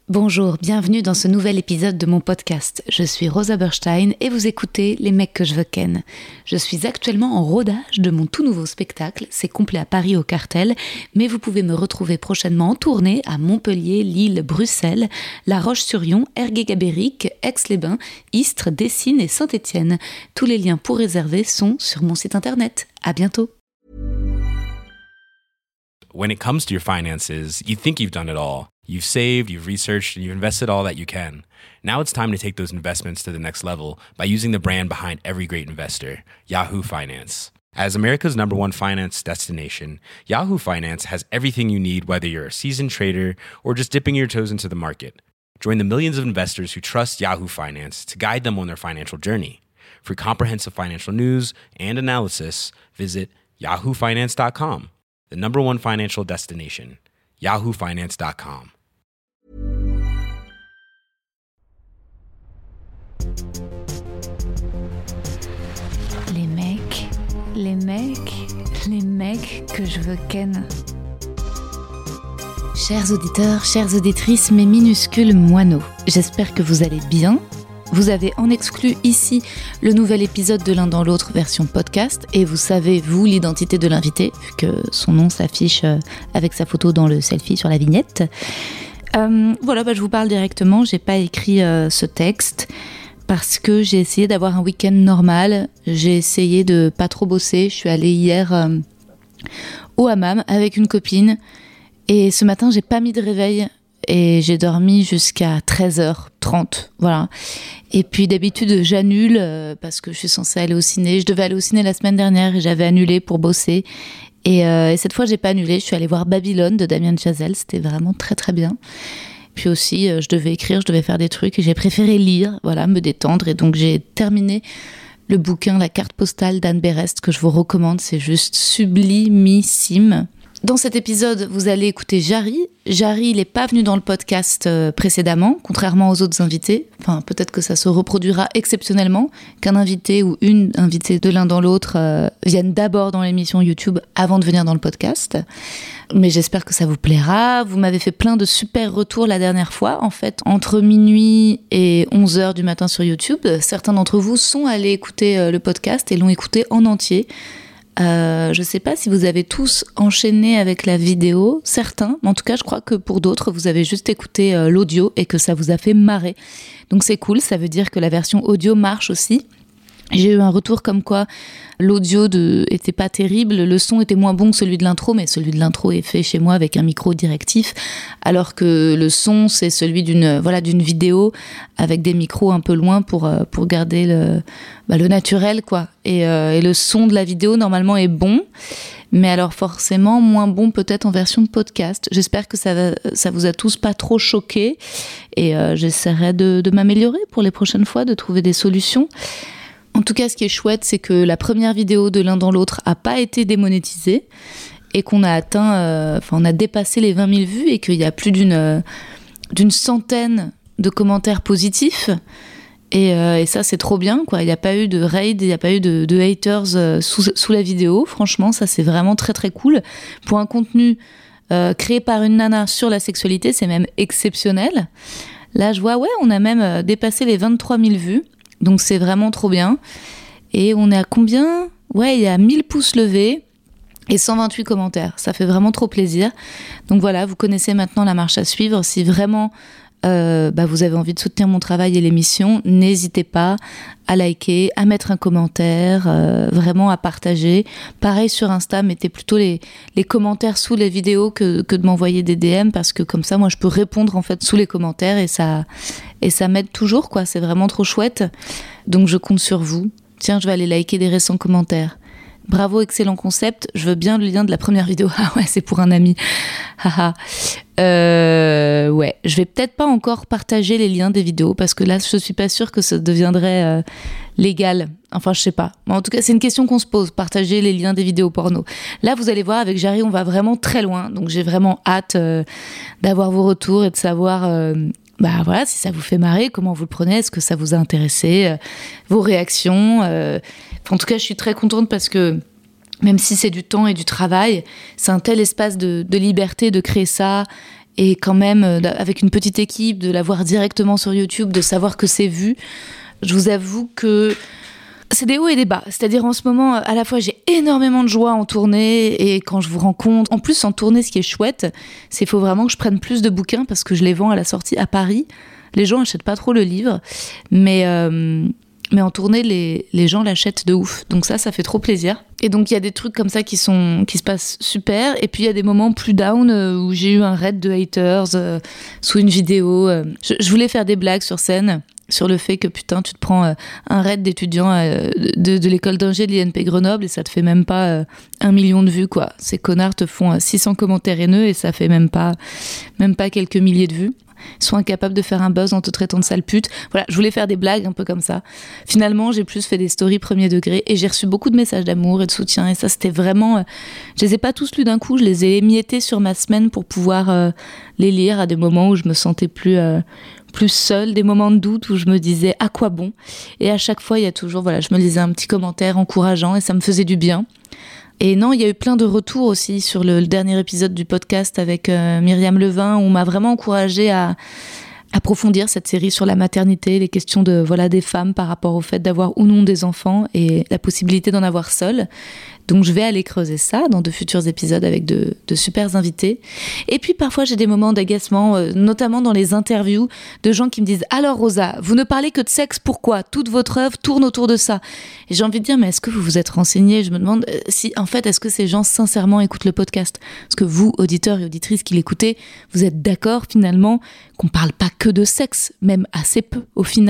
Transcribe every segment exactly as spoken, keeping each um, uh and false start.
Bonjour, bienvenue dans ce nouvel épisode de mon podcast. Je suis Rosa Berstein et vous écoutez Les mecs que je veux ken. Je suis actuellement en rodage de mon tout nouveau spectacle, c'est complet à Paris au Cartel, mais vous pouvez me retrouver prochainement en tournée à Montpellier, Lille, Bruxelles, La Roche-sur-Yon, Ergué-Gabéric, Aix-les-Bains, Istres, Dessines et Saint-Étienne. Tous les liens pour réserver sont sur mon site internet. À bientôt. When it comes to your finances, you think you've done it all. You've saved, you've researched, and you've invested all that you can. Now it's time to take those investments to the next level by using the brand behind every great investor, Yahoo Finance. As America's number one finance destination, Yahoo Finance has everything you need, whether you're a seasoned trader or just dipping your toes into the market. Join the millions of investors who trust Yahoo Finance to guide them on their financial journey. For comprehensive financial news and analysis, visit yahoo finance dot com, the number one financial destination, yahoo finance dot com. Les mecs, les mecs, les mecs que je veux ken. Chers auditeurs, chères auditrices, mes minuscules moineaux, j'espère que vous allez bien. Vous avez en exclu ici le nouvel épisode de L'un dans l'autre version podcast et vous savez, vous, l'identité de l'invité, vu que son nom s'affiche avec sa photo dans le selfie sur la vignette. Euh, voilà, bah, je vous parle directement, j'ai pas écrit euh, ce texte parce que j'ai essayé d'avoir un week-end normal, j'ai essayé de pas trop bosser, je suis allée hier euh, au hammam avec une copine et ce matin j'ai pas mis de réveil et j'ai dormi jusqu'à treize heures trente, voilà. Et puis d'habitude j'annule euh, parce que je suis censée aller au ciné, je devais aller au ciné la semaine dernière et j'avais annulé pour bosser et, euh, et cette fois j'ai pas annulé, je suis allée voir Babylone de Damien Chazelle, c'était vraiment très très bien. Puis aussi, je devais écrire, je devais faire des trucs et j'ai préféré lire, voilà, me détendre. Et donc, j'ai terminé le bouquin La carte postale d'Anne Berest que je vous recommande. C'est juste sublimissime. Dans cet épisode, vous allez écouter Jarry. Jarry, il n'est pas venu dans le podcast euh, précédemment, contrairement aux autres invités. Enfin, peut-être que ça se reproduira exceptionnellement, qu'un invité ou une invitée de l'un dans l'autre euh, vienne d'abord dans l'émission YouTube avant de venir dans le podcast. Mais j'espère que ça vous plaira. Vous m'avez fait plein de super retours la dernière fois. En fait, entre minuit et onze heures du matin sur YouTube, certains d'entre vous sont allés écouter euh, le podcast et l'ont écouté en entier. Euh, je sais pas si vous avez tous enchaîné avec la vidéo, certains, mais en tout cas je crois que pour d'autres vous avez juste écouté euh, l'audio et que ça vous a fait marrer. Donc c'est cool, ça veut dire que la version audio marche aussi. J'ai eu un retour comme quoi l'audio de... était pas terrible, le son était moins bon que celui de l'intro, mais celui de l'intro est fait chez moi avec un micro directif, alors que le son c'est celui d'une, voilà, d'une vidéo avec des micros un peu loin pour, pour garder le, bah, le naturel, quoi. Et, euh, et le son de la vidéo normalement est bon, mais alors forcément moins bon peut-être en version podcast. J'espère que ça, va, ça vous a tous pas trop choqué et euh, j'essaierai de, de m'améliorer pour les prochaines fois, de trouver des solutions. En tout cas, ce qui est chouette, c'est que la première vidéo de L'un dans l'autre a pas été démonétisée et qu'on a atteint, euh, enfin, on a dépassé les vingt mille vues et qu'il y a plus d'une, euh, d'une centaine de commentaires positifs. Et, euh, et ça, c'est trop bien, quoi. Il n'y a pas eu de raid, il n'y a pas eu de, de haters euh, sous, sous la vidéo. Franchement, ça, c'est vraiment très, très cool. Pour un contenu euh, créé par une nana sur la sexualité, c'est même exceptionnel. Là, je vois, ouais, on a même euh, dépassé les vingt-trois mille vues. Donc c'est vraiment trop bien. Et on est à combien ? Ouais, il y a mille pouces levés et cent vingt-huit commentaires. Ça fait vraiment trop plaisir. Donc voilà, vous connaissez maintenant la marche à suivre. Si vraiment euh, bah, vous avez envie de soutenir mon travail et l'émission, n'hésitez pas à liker, à mettre un commentaire, euh, vraiment à partager. Pareil sur Insta, mettez plutôt les, les commentaires sous les vidéos que, que de m'envoyer des D M parce que comme ça, moi, je peux répondre en fait sous les commentaires et ça... Et ça m'aide toujours, quoi. C'est vraiment trop chouette. Donc, je compte sur vous. Tiens, je vais aller liker des récents commentaires. Bravo, excellent concept. Je veux bien le lien de la première vidéo. Ah ouais, c'est pour un ami. Haha. euh, ouais, je vais peut-être pas encore partager les liens des vidéos parce que là, je suis pas sûre que ça deviendrait euh, légal. Enfin, je sais pas. Mais en tout cas, c'est une question qu'on se pose. Partager les liens des vidéos porno. Là, vous allez voir, avec Jarry, on va vraiment très loin. Donc, j'ai vraiment hâte euh, d'avoir vos retours et de savoir... Euh, Bah voilà, si ça vous fait marrer, comment vous le prenez, est-ce que ça vous a intéressé, euh, vos réactions. Euh... Enfin, en tout cas, je suis très contente parce que même si c'est du temps et du travail, c'est un tel espace de, de liberté de créer ça Et quand même, avec une petite équipe, de la voir directement sur YouTube, de savoir que c'est vu, je vous avoue que c'est des hauts et des bas. C'est-à-dire, en ce moment, à la fois, j'ai énormément de joie en tournée, et quand je vous rencontre, en plus, en tournée, ce qui est chouette, c'est qu'il faut vraiment que je prenne plus de bouquins, parce que je les vends à la sortie à Paris. Les gens n'achètent pas trop le livre, mais... Euh, mais en tournée, les, les gens l'achètent de ouf. Donc ça, ça fait trop plaisir. Et donc, il y a des trucs comme ça qui, sont, qui se passent super. Et puis, il y a des moments plus down euh, où j'ai eu un raid de haters euh, sous une vidéo. Euh. Je, je voulais faire des blagues sur scène sur le fait que, putain, tu te prends euh, un raid d'étudiants euh, de, de l'école d'ingé de l'I N P Grenoble et ça te fait même pas euh, un million de vues, quoi. Ces connards te font euh, six cents commentaires haineux et ça fait même pas, même pas quelques milliers de vues. Ils sont incapables de faire un buzz en te traitant de sale pute. Voilà, je voulais faire des blagues un peu comme ça. Finalement, j'ai plus fait des stories premier degré et j'ai reçu beaucoup de messages d'amour et de soutien. Et ça, c'était vraiment... Euh, je les ai pas tous lus d'un coup, je les ai émiettés sur ma semaine pour pouvoir euh, les lire à des moments où je me sentais plus... Euh, plus seule, des moments de doute où je me disais à quoi bon. Et à chaque fois, il y a toujours... Voilà, je me lisais un petit commentaire encourageant et ça me faisait du bien. Et non, il y a eu plein de retours aussi sur le, le dernier épisode du podcast avec euh, Myriam Levin, où on m'a vraiment encouragée à approfondir cette série sur la maternité, les questions de, voilà, des femmes par rapport au fait d'avoir ou non des enfants et la possibilité d'en avoir seule. Donc je vais aller creuser ça dans de futurs épisodes avec de, de super invités. Et puis parfois j'ai des moments d'agacement, euh, notamment dans les interviews de gens qui me disent « Alors Rosa, vous ne parlez que de sexe, pourquoi ? Toute votre œuvre tourne autour de ça. » Et j'ai envie de dire « Mais est-ce que vous vous êtes renseigné ?» Je me demande euh, si, en fait, est-ce que ces gens sincèrement écoutent le podcast ? Est-ce que vous, auditeurs et auditrices qui l'écoutez, vous êtes d'accord finalement qu'on parle pas que de sexe, même assez peu au final ?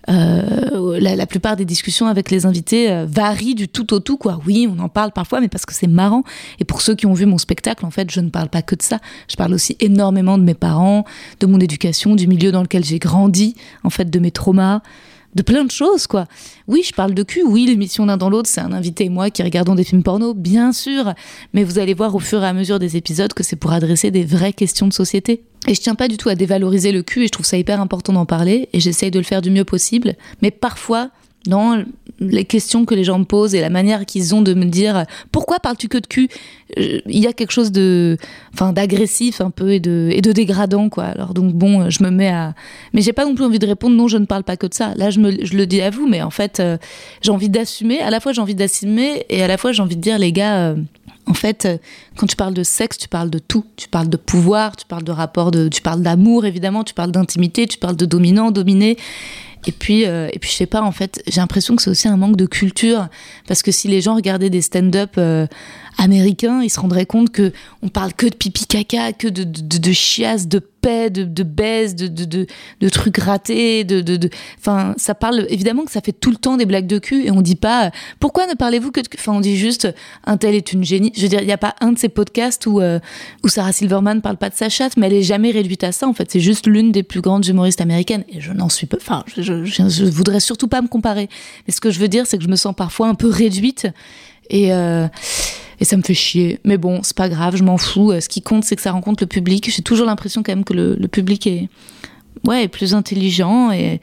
Euh, la, la plupart des discussions avec les invités euh, varient du tout au tout, quoi. Oui, on en parle parfois, mais parce que c'est marrant. Et pour ceux qui ont vu mon spectacle, en fait, je ne parle pas que de ça. Je parle aussi énormément de mes parents, de mon éducation, du milieu dans lequel j'ai grandi, en fait, de mes traumas, de plein de choses, quoi. Oui, je parle de cul. Oui, l'émission L'un dans l'autre, c'est un invité et moi qui regardons des films porno, bien sûr. Mais vous allez voir au fur et à mesure des épisodes que c'est pour adresser des vraies questions de société. Et je tiens pas du tout à dévaloriser le cul et je trouve ça hyper important d'en parler et j'essaye de le faire du mieux possible. Mais parfois, dans les questions que les gens me posent et la manière qu'ils ont de me dire « Pourquoi parles-tu que de cul ?» Il y a quelque chose de, enfin, d'agressif un peu et de, et de dégradant, quoi. Alors donc bon, je me mets à... Mais j'ai pas non plus envie de répondre « Non, je ne parle pas que de ça ». Là, je, me, je le dis à vous, mais en fait, euh, j'ai envie d'assumer. À la fois, j'ai envie d'assumer et à la fois, j'ai envie de dire « Les gars... Euh, » En fait, quand tu parles de sexe, tu parles de tout. Tu parles de pouvoir, tu parles de rapport, de, tu parles d'amour, évidemment, tu parles d'intimité, tu parles de dominant, dominé. Et puis, euh, et puis, je sais pas, en fait, j'ai l'impression que c'est aussi un manque de culture. Parce que si les gens regardaient des stand-up euh, américains, ils se rendraient compte que on parle que de pipi caca, que de, de, de chiasse, de paix, de, de baise, de, de, de, de trucs ratés, de, de, de, enfin, ça parle, évidemment que ça fait tout le temps des blagues de cul et on dit pas, pourquoi ne parlez-vous que de cul? Enfin, on dit juste, un tel est une génie. Je veux dire, il y a pas un de ces podcasts où, euh, où Sarah Silverman parle pas de sa chatte, mais elle est jamais réduite à ça, en fait. C'est juste l'une des plus grandes humoristes américaines et je n'en suis pas, enfin, je, je, je, je voudrais surtout pas me comparer. Mais ce que je veux dire, c'est que je me sens parfois un peu réduite et, euh, et ça me fait chier. Mais bon, c'est pas grave, je m'en fous. Ce qui compte, c'est que ça rencontre le public. J'ai toujours l'impression quand même que le, le public est, ouais, est plus intelligent et,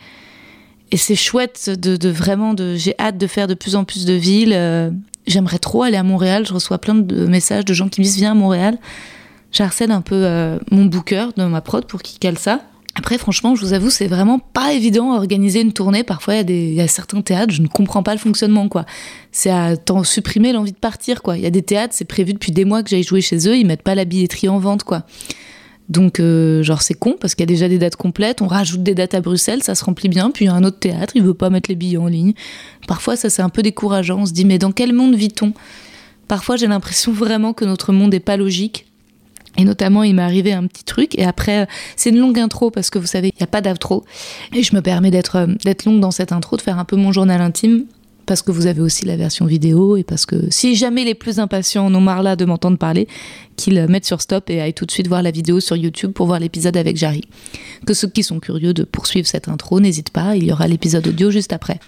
et c'est chouette de, de vraiment de, j'ai hâte de faire de plus en plus de villes. Euh, j'aimerais trop aller à Montréal. Je reçois plein de messages de gens qui me disent viens à Montréal. J'harcèle un peu euh, mon booker de ma prod pour qu'il cale ça. Après, franchement, je vous avoue, c'est vraiment pas évident à organiser une tournée. Parfois, il y a des, il y a certains théâtres, je ne comprends pas le fonctionnement, quoi. C'est à t'en supprimer l'envie de partir, quoi. Il y a des théâtres, c'est prévu depuis des mois que j'aille jouer chez eux, ils mettent pas la billetterie en vente, quoi. Donc, euh, genre, c'est con, parce qu'il y a déjà des dates complètes, on rajoute des dates à Bruxelles, ça se remplit bien, puis il y a un autre théâtre, il veut pas mettre les billets en ligne. Parfois, ça, c'est un peu décourageant. On se dit, mais dans quel monde vit-on ? Parfois, j'ai l'impression vraiment que notre monde est pas logique. Et notamment, il m'est arrivé un petit truc. Et après, c'est une longue intro parce que vous savez, il n'y a pas d'outro. Et je me permets d'être, d'être longue dans cette intro, de faire un peu mon journal intime. Parce que vous avez aussi la version vidéo. Et parce que si jamais les plus impatients en ont marre là de m'entendre parler, qu'ils mettent sur stop et aillent tout de suite voir la vidéo sur YouTube pour voir l'épisode avec Jarry. Que ceux qui sont curieux de poursuivre cette intro, n'hésitent pas. Il y aura l'épisode audio juste après.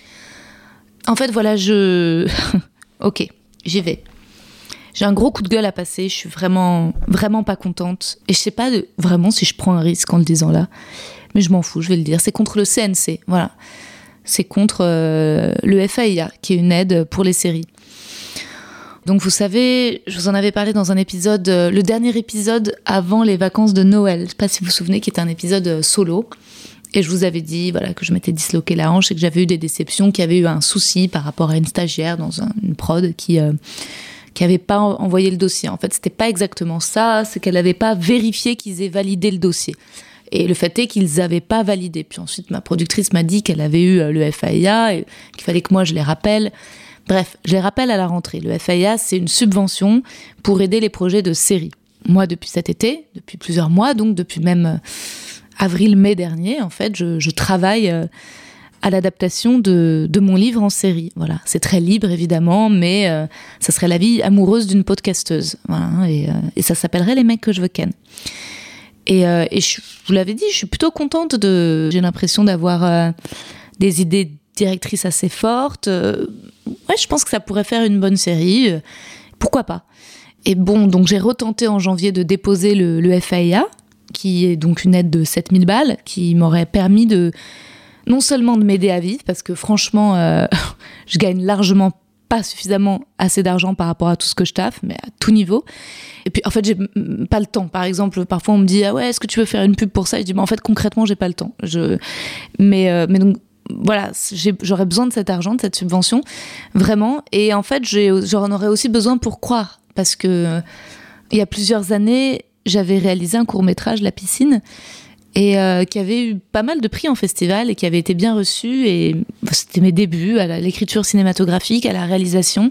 En fait, voilà, je... ok, j'y vais. J'ai un gros coup de gueule à passer, je suis vraiment, vraiment pas contente. Et je sais pas de, vraiment si je prends un risque en le disant là, mais je m'en fous, je vais le dire. C'est contre le C N C, voilà. C'est contre euh, le F A I A, qui est une aide pour les séries. Donc vous savez, je vous en avais parlé dans un épisode, euh, le dernier épisode avant les vacances de Noël. Je ne sais pas si vous vous souvenez, qui était un épisode euh, solo. Et je vous avais dit voilà, que je m'étais disloqué la hanche et que j'avais eu des déceptions, qu'il y avait eu un souci par rapport à une stagiaire dans un, une prod qui... Euh, qui n'avait pas envoyé le dossier. En fait, c'était pas exactement ça, c'est qu'elle n'avait pas vérifié qu'ils aient validé le dossier. Et le fait est qu'ils n'avaient pas validé. Puis ensuite, ma productrice m'a dit qu'elle avait eu le F A I A et qu'il fallait que moi, je les rappelle. Bref, je les rappelle à la rentrée. Le F A I A, c'est une subvention pour aider les projets de série. Moi, depuis cet été, depuis plusieurs mois, donc depuis même avril-mai dernier, en fait, je, je travaille... Euh, à l'adaptation de, de mon livre en série. Voilà. C'est très libre, évidemment, mais euh, ça serait la vie amoureuse d'une podcasteuse. Voilà. Et, euh, et ça s'appellerait Les mecs que je veux ken. Et, euh, et je vous l'avais dit, je suis plutôt contente de... J'ai l'impression d'avoir euh, des idées directrices assez fortes. Euh, ouais, je pense que ça pourrait faire une bonne série. Euh, pourquoi pas ? Et bon, donc j'ai retenté en janvier de déposer le, le F A I A, qui est donc une aide de sept mille balles, qui m'aurait permis de... non seulement de m'aider à vivre, parce que franchement, euh, je gagne largement pas suffisamment assez d'argent par rapport à tout ce que je taffe, mais à tout niveau. Et puis, en fait, j'ai pas le temps. Par exemple, parfois, on me dit « Ah ouais, est-ce que tu veux faire une pub pour ça ?» Je dis bah, « En fait, concrètement, j'ai pas le temps. Je... » Mais, euh, mais donc, voilà, j'ai, j'aurais besoin de cet argent, de cette subvention, vraiment. Et en fait, j'ai, j'en aurais aussi besoin pour croire, parce que euh, il y a plusieurs années, j'avais réalisé un court-métrage, La piscine, et euh, qui avait eu pas mal de prix en festival et qui avait été bien reçu. Et c'était mes débuts à la, l'écriture cinématographique, à la réalisation.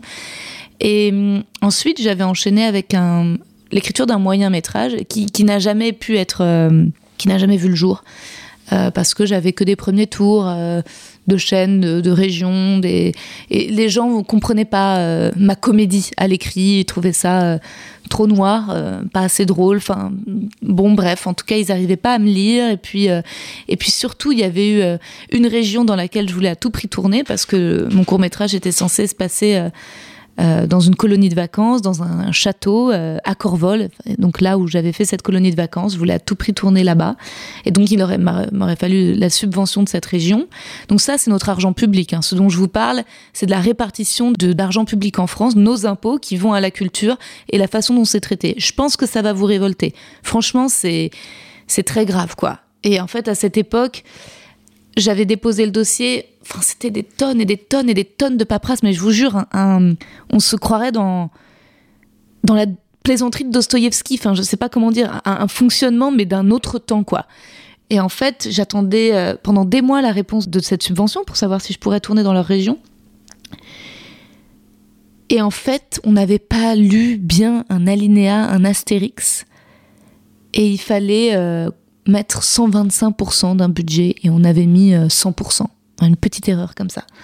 Et euh, ensuite, j'avais enchaîné avec un, l'écriture d'un moyen-métrage qui, qui n'a jamais pu être... Euh, qui n'a jamais vu le jour. Euh, parce que j'avais que des premiers tours euh, de chaînes, de, de régions. Des... Et les gens ne comprenaient pas euh, ma comédie à l'écrit. Ils trouvaient ça... Euh, trop noir, euh, pas assez drôle, enfin bon bref, en tout cas ils n'arrivaient pas à me lire et puis, euh, et puis surtout il y avait eu euh, une région dans laquelle je voulais à tout prix tourner parce que mon court-métrage était censé se passer euh, euh, dans une colonie de vacances, dans un, un château euh, à Corvol, donc là où j'avais fait cette colonie de vacances, je voulais à tout prix tourner là-bas et donc il aurait, m'aurait fallu la subvention de cette région. Donc ça c'est notre argent public, hein. Ce dont je vous parle c'est de la répartition de, d'argent public en France, nos impôts qui vont à la culture et la façon dont c'est traité. Je pense que ça va vous révolter. Franchement c'est, c'est très grave quoi. Et en fait à cette époque j'avais déposé le dossier, enfin c'était des tonnes et des tonnes et des tonnes de paperasse, mais je vous jure, un, un, on se croirait dans, dans la plaisanterie de Dostoïevski, enfin je sais pas comment dire, un, un fonctionnement mais d'un autre temps quoi. Et en fait j'attendais euh, pendant des mois la réponse de cette subvention pour savoir si je pourrais tourner dans leur région. Et en fait on n'avait pas lu bien un alinéa, un astérix, et il fallait... Euh, mettre cent vingt-cinq pour cent d'un budget et on avait mis cent pour cent. Une petite erreur comme ça.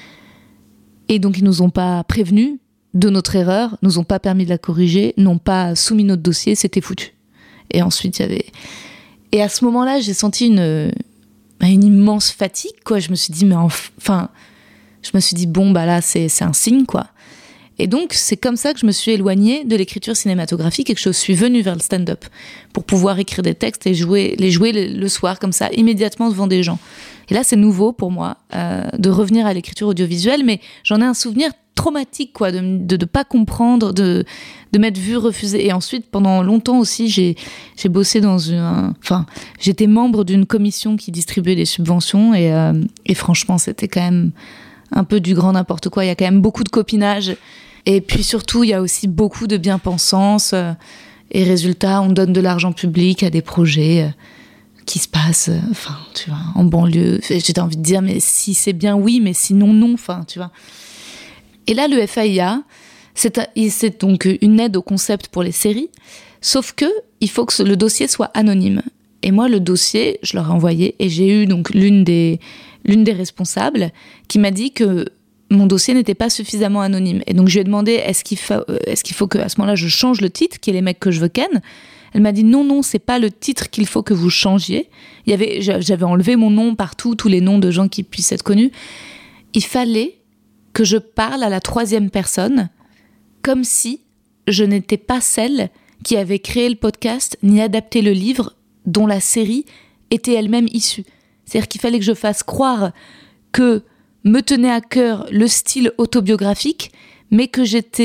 Et donc ils nous ont pas prévenus de notre erreur, nous ont pas permis de la corriger, n'ont pas soumis notre dossier, c'était foutu. Et ensuite il y avait... Et à ce moment-là, j'ai senti une, une immense fatigue, quoi. Je me suis dit, mais enfin... Je me suis dit, bon, bah là, c'est, c'est un signe, quoi. Et donc, c'est comme ça que je me suis éloignée de l'écriture cinématographique et que je suis venue vers le stand-up pour pouvoir écrire des textes et jouer, les jouer le soir, comme ça, immédiatement devant des gens. Et là, c'est nouveau pour moi euh, de revenir à l'écriture audiovisuelle, mais j'en ai un souvenir traumatique, quoi, de de, de pas comprendre, de de m'être vue refuser. Et ensuite, pendant longtemps aussi, j'ai j'ai bossé dans une, enfin, j'étais membre d'une commission qui distribuait des subventions et euh, et franchement, c'était quand même un peu du grand n'importe quoi. Il y a quand même beaucoup de copinage. Et puis surtout, il y a aussi beaucoup de bien-pensance. Euh, et résultat, on donne de l'argent public à des projets euh, qui se passent, euh, enfin, tu vois, en banlieue. J'ai envie de dire, mais si c'est bien, oui, mais sinon, non, enfin, tu vois. Et là, le F A I A, c'est, c'est donc une aide au concept pour les séries, sauf que il faut que le dossier soit anonyme. Et moi, le dossier, je leur ai envoyé, et j'ai eu donc l'une des, l'une des responsables qui m'a dit que mon dossier n'était pas suffisamment anonyme. Et donc, je lui ai demandé, est-ce qu'il faut, est-ce qu'il faut qu'à ce moment-là, je change le titre, qui est Les mecs que je veux ken ? Elle m'a dit, non, non, c'est pas le titre qu'il faut que vous changiez. Il y avait, j'avais enlevé mon nom partout, tous les noms de gens qui puissent être connus. Il fallait que je parle à la troisième personne, comme si je n'étais pas celle qui avait créé le podcast, ni adapté le livre dont la série était elle-même issue. C'est-à-dire qu'il fallait que je fasse croire que me tenait à cœur le style autobiographique, mais que j'étais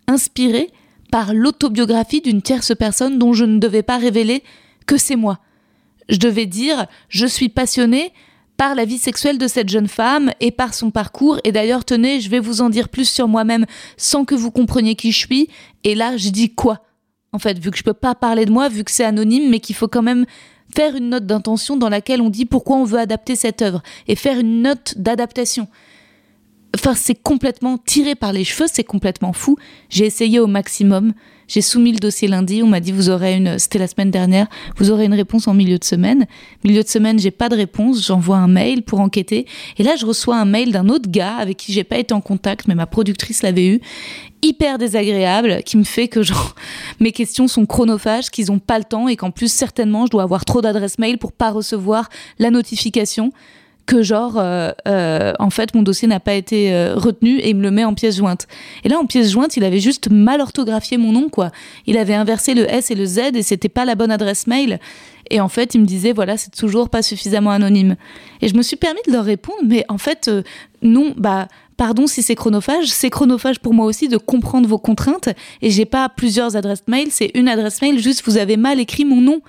inspirée par l'autobiographie d'une tierce personne dont je ne devais pas révéler que c'est moi. Je devais dire « Je suis passionnée par la vie sexuelle de cette jeune femme et par son parcours. Et d'ailleurs, tenez, je vais vous en dire plus sur moi-même sans que vous compreniez qui je suis. » Et là, je dis quoi ? En fait, vu que je peux pas parler de moi, vu que c'est anonyme, mais qu'il faut quand même faire une note d'intention dans laquelle on dit pourquoi on veut adapter cette œuvre et faire une note d'adaptation. Enfin, c'est complètement tiré par les cheveux, c'est complètement fou. J'ai essayé au maximum. J'ai soumis le dossier lundi, on m'a dit vous aurez une, c'était la semaine dernière, vous aurez une réponse en milieu de semaine. Milieu de semaine, j'ai pas de réponse, j'envoie un mail pour enquêter. Et là, je reçois un mail d'un autre gars avec qui j'ai pas été en contact, mais ma productrice l'avait eu, hyper désagréable, qui me fait que genre mes questions sont chronophages, qu'ils ont pas le temps et qu'en plus certainement je dois avoir trop d'adresses mail pour pas recevoir la notification que genre euh, euh, en fait mon dossier n'a pas été euh, retenu et il me le met en pièce jointe. Et là en pièce jointe il avait juste mal orthographié mon nom quoi. Il avait inversé le S et le Z et c'était pas la bonne adresse mail. Et en fait il me disait voilà c'est toujours pas suffisamment anonyme. Et je me suis permis de leur répondre mais en fait euh, non bah pardon si c'est chronophage, c'est chronophage pour moi aussi de comprendre vos contraintes et j'ai pas plusieurs adresses mail, c'est une adresse mail juste vous avez mal écrit mon nom.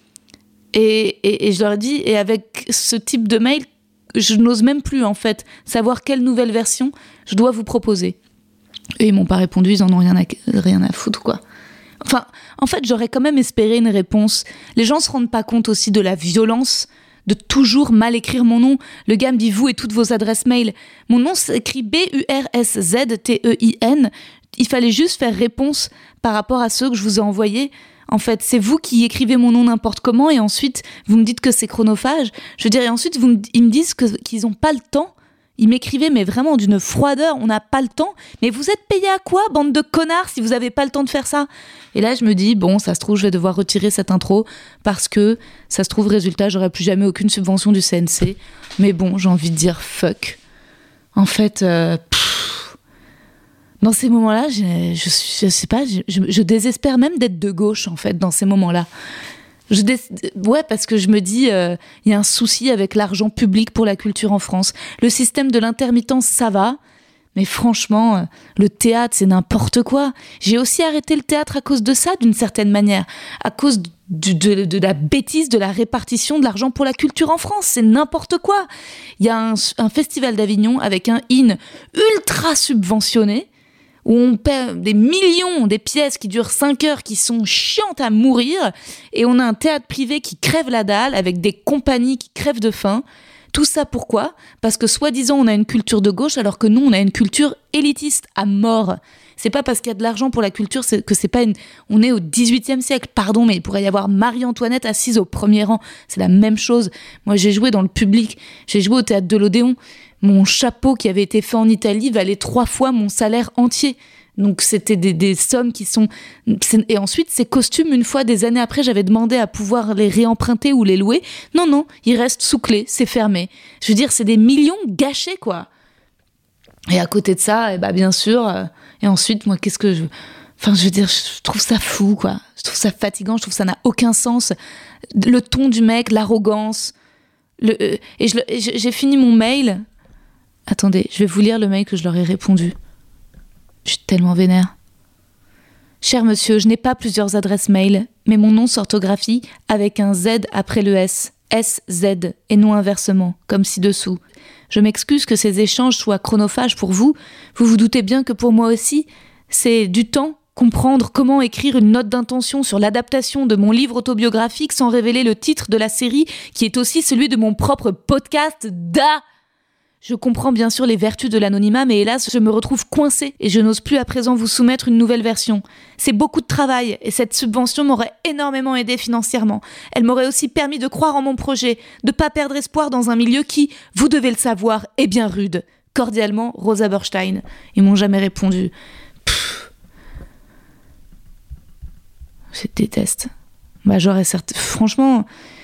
Et, et, et je leur ai dit et avec ce type de mail je n'ose même plus, en fait, savoir quelle nouvelle version je dois vous proposer. Et ils m'ont pas répondu, ils en ont rien à, rien à foutre, quoi. Enfin, en fait, j'aurais quand même espéré une réponse. Les gens se rendent pas compte aussi de la violence de toujours mal écrire mon nom. Le gars me dit « vous et toutes vos adresses mail ». Mon nom s'écrit B U R S Z T E I N. Il fallait juste faire réponse par rapport à ceux que je vous ai envoyés. En fait, c'est vous qui écrivez mon nom n'importe comment et ensuite, vous me dites que c'est chronophage. Je veux dire, et ensuite, vous me, ils me disent que, qu'ils n'ont pas le temps. Ils m'écrivaient, mais vraiment d'une froideur, on n'a pas le temps. Mais vous êtes payés à quoi, bande de connards, si vous n'avez pas le temps de faire ça ? Et là, je me dis, bon, ça se trouve, je vais devoir retirer cette intro parce que, ça se trouve, résultat, j'aurai plus jamais aucune subvention du C N C. Mais bon, j'ai envie de dire fuck. En fait... Euh, Dans ces moments-là, je, je, je sais pas, je, je désespère même d'être de gauche, en fait, dans ces moments-là. Je dés... Ouais, parce que je me dis, il euh, y a un souci avec l'argent public pour la culture en France. Le système de l'intermittence, ça va, mais franchement, euh, le théâtre, c'est n'importe quoi. J'ai aussi arrêté le théâtre à cause de ça, d'une certaine manière, à cause de, de, de la bêtise de la répartition de l'argent pour la culture en France. C'est n'importe quoi. Il y a un, un festival d'Avignon avec un I N ultra subventionné, où on perd des millions, des pièces qui durent cinq heures, qui sont chiantes à mourir, et on a un théâtre privé qui crève la dalle, avec des compagnies qui crèvent de faim. Tout ça pourquoi ? Parce que soi-disant on a une culture de gauche, alors que nous on a une culture élitiste à mort. C'est pas parce qu'il y a de l'argent pour la culture c'est que c'est pas une... On est au dix-huitième siècle, pardon, mais il pourrait y avoir Marie-Antoinette assise au premier rang. C'est la même chose. Moi j'ai joué dans le public, j'ai joué au théâtre de l'Odéon. Mon chapeau qui avait été fait en Italie valait trois fois mon salaire entier. Donc c'était des, des sommes qui sont... Et ensuite, ces costumes, une fois, des années après, j'avais demandé à pouvoir les réemprunter ou les louer. Non, non, ils restent sous clé, c'est fermé. Je veux dire, c'est des millions gâchés, quoi. Et à côté de ça, eh ben, bien sûr... Euh... Et ensuite, moi, qu'est-ce que je... Enfin, je veux dire, je trouve ça fou, quoi. Je trouve ça fatigant, je trouve que ça n'a aucun sens. Le ton du mec, l'arrogance... Le... Et, je... Et j'ai fini mon mail... Attendez, je vais vous lire le mail que je leur ai répondu. Je suis tellement vénère. Cher monsieur, je n'ai pas plusieurs adresses mail, mais mon nom s'orthographie avec un Z après le S. S Z, et non inversement, comme ci-dessous. Je m'excuse que ces échanges soient chronophages pour vous. Vous vous doutez bien que pour moi aussi, c'est du temps comprendre comment écrire une note d'intention sur l'adaptation de mon livre autobiographique sans révéler le titre de la série, qui est aussi celui de mon propre podcast Da. Je comprends bien sûr les vertus de l'anonymat, mais hélas, je me retrouve coincée et je n'ose plus à présent vous soumettre une nouvelle version. C'est beaucoup de travail et cette subvention m'aurait énormément aidé financièrement. Elle m'aurait aussi permis de croire en mon projet, de pas perdre espoir dans un milieu qui, vous devez le savoir, est bien rude. Cordialement, Rosa Berstein. Ils m'ont jamais répondu. Pff. Je déteste. Bah j'aurais certes... Franchement...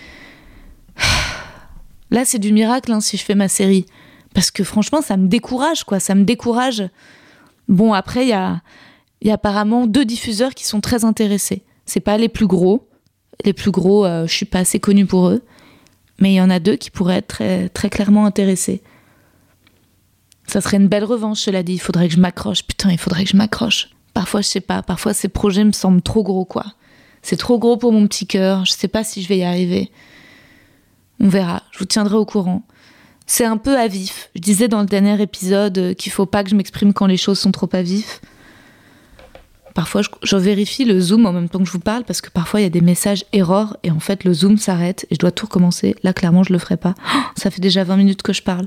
Là, c'est du miracle hein, si je fais ma série. Parce que franchement, ça me décourage, quoi. Ça me décourage. Bon, après, il y a, y a apparemment deux diffuseurs qui sont très intéressés. C'est pas les plus gros. Les plus gros, euh, je suis pas assez connue pour eux. Mais il y en a deux qui pourraient être très, très clairement intéressés. Ça serait une belle revanche, cela dit. Il faudrait que je m'accroche. Putain, il faudrait que je m'accroche. Parfois, je sais pas, parfois ces projets me semblent trop gros, quoi. C'est trop gros pour mon petit cœur, je sais pas si je vais y arriver. On verra, je vous tiendrai au courant. C'est un peu à vif. Je disais dans le dernier épisode qu'il faut pas que je m'exprime quand les choses sont trop à vif. Parfois, je, je vérifie le Zoom en même temps que je vous parle parce que parfois, il y a des messages erreurs et en fait, le Zoom s'arrête et je dois tout recommencer. Là, clairement, je le ferai pas. Oh, ça fait déjà vingt minutes que je parle.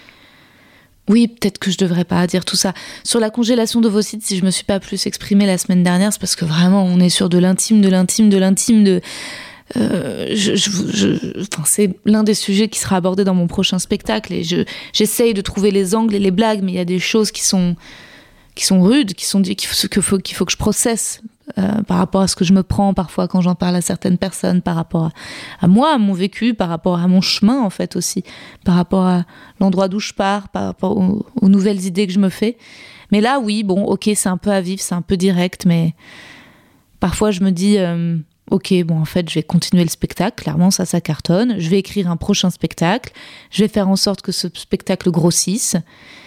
Oui, peut-être que je devrais pas dire tout ça. Sur la congélation d'ovocytes, si je me suis pas plus exprimée la semaine dernière, c'est parce que vraiment, on est sur de l'intime, de l'intime, de l'intime, de... Euh, je, je, je, enfin, c'est l'un des sujets qui sera abordé dans mon prochain spectacle et je, j'essaye de trouver les angles et les blagues, mais il y a des choses qui sont... qui sont rudes, qui sont qu'il faut, qu'il faut, qu'il faut que je processe euh, par rapport à ce que je me prends parfois quand j'en parle à certaines personnes, par rapport à, à moi, à mon vécu, par rapport à mon chemin en fait aussi, par rapport à l'endroit d'où je pars, par rapport aux, aux nouvelles idées que je me fais. Mais là, oui, bon, ok, c'est un peu à vif, c'est un peu direct, mais parfois je me dis, euh, ok, bon, en fait, je vais continuer le spectacle, clairement, ça, ça cartonne, je vais écrire un prochain spectacle, je vais faire en sorte que ce spectacle grossisse.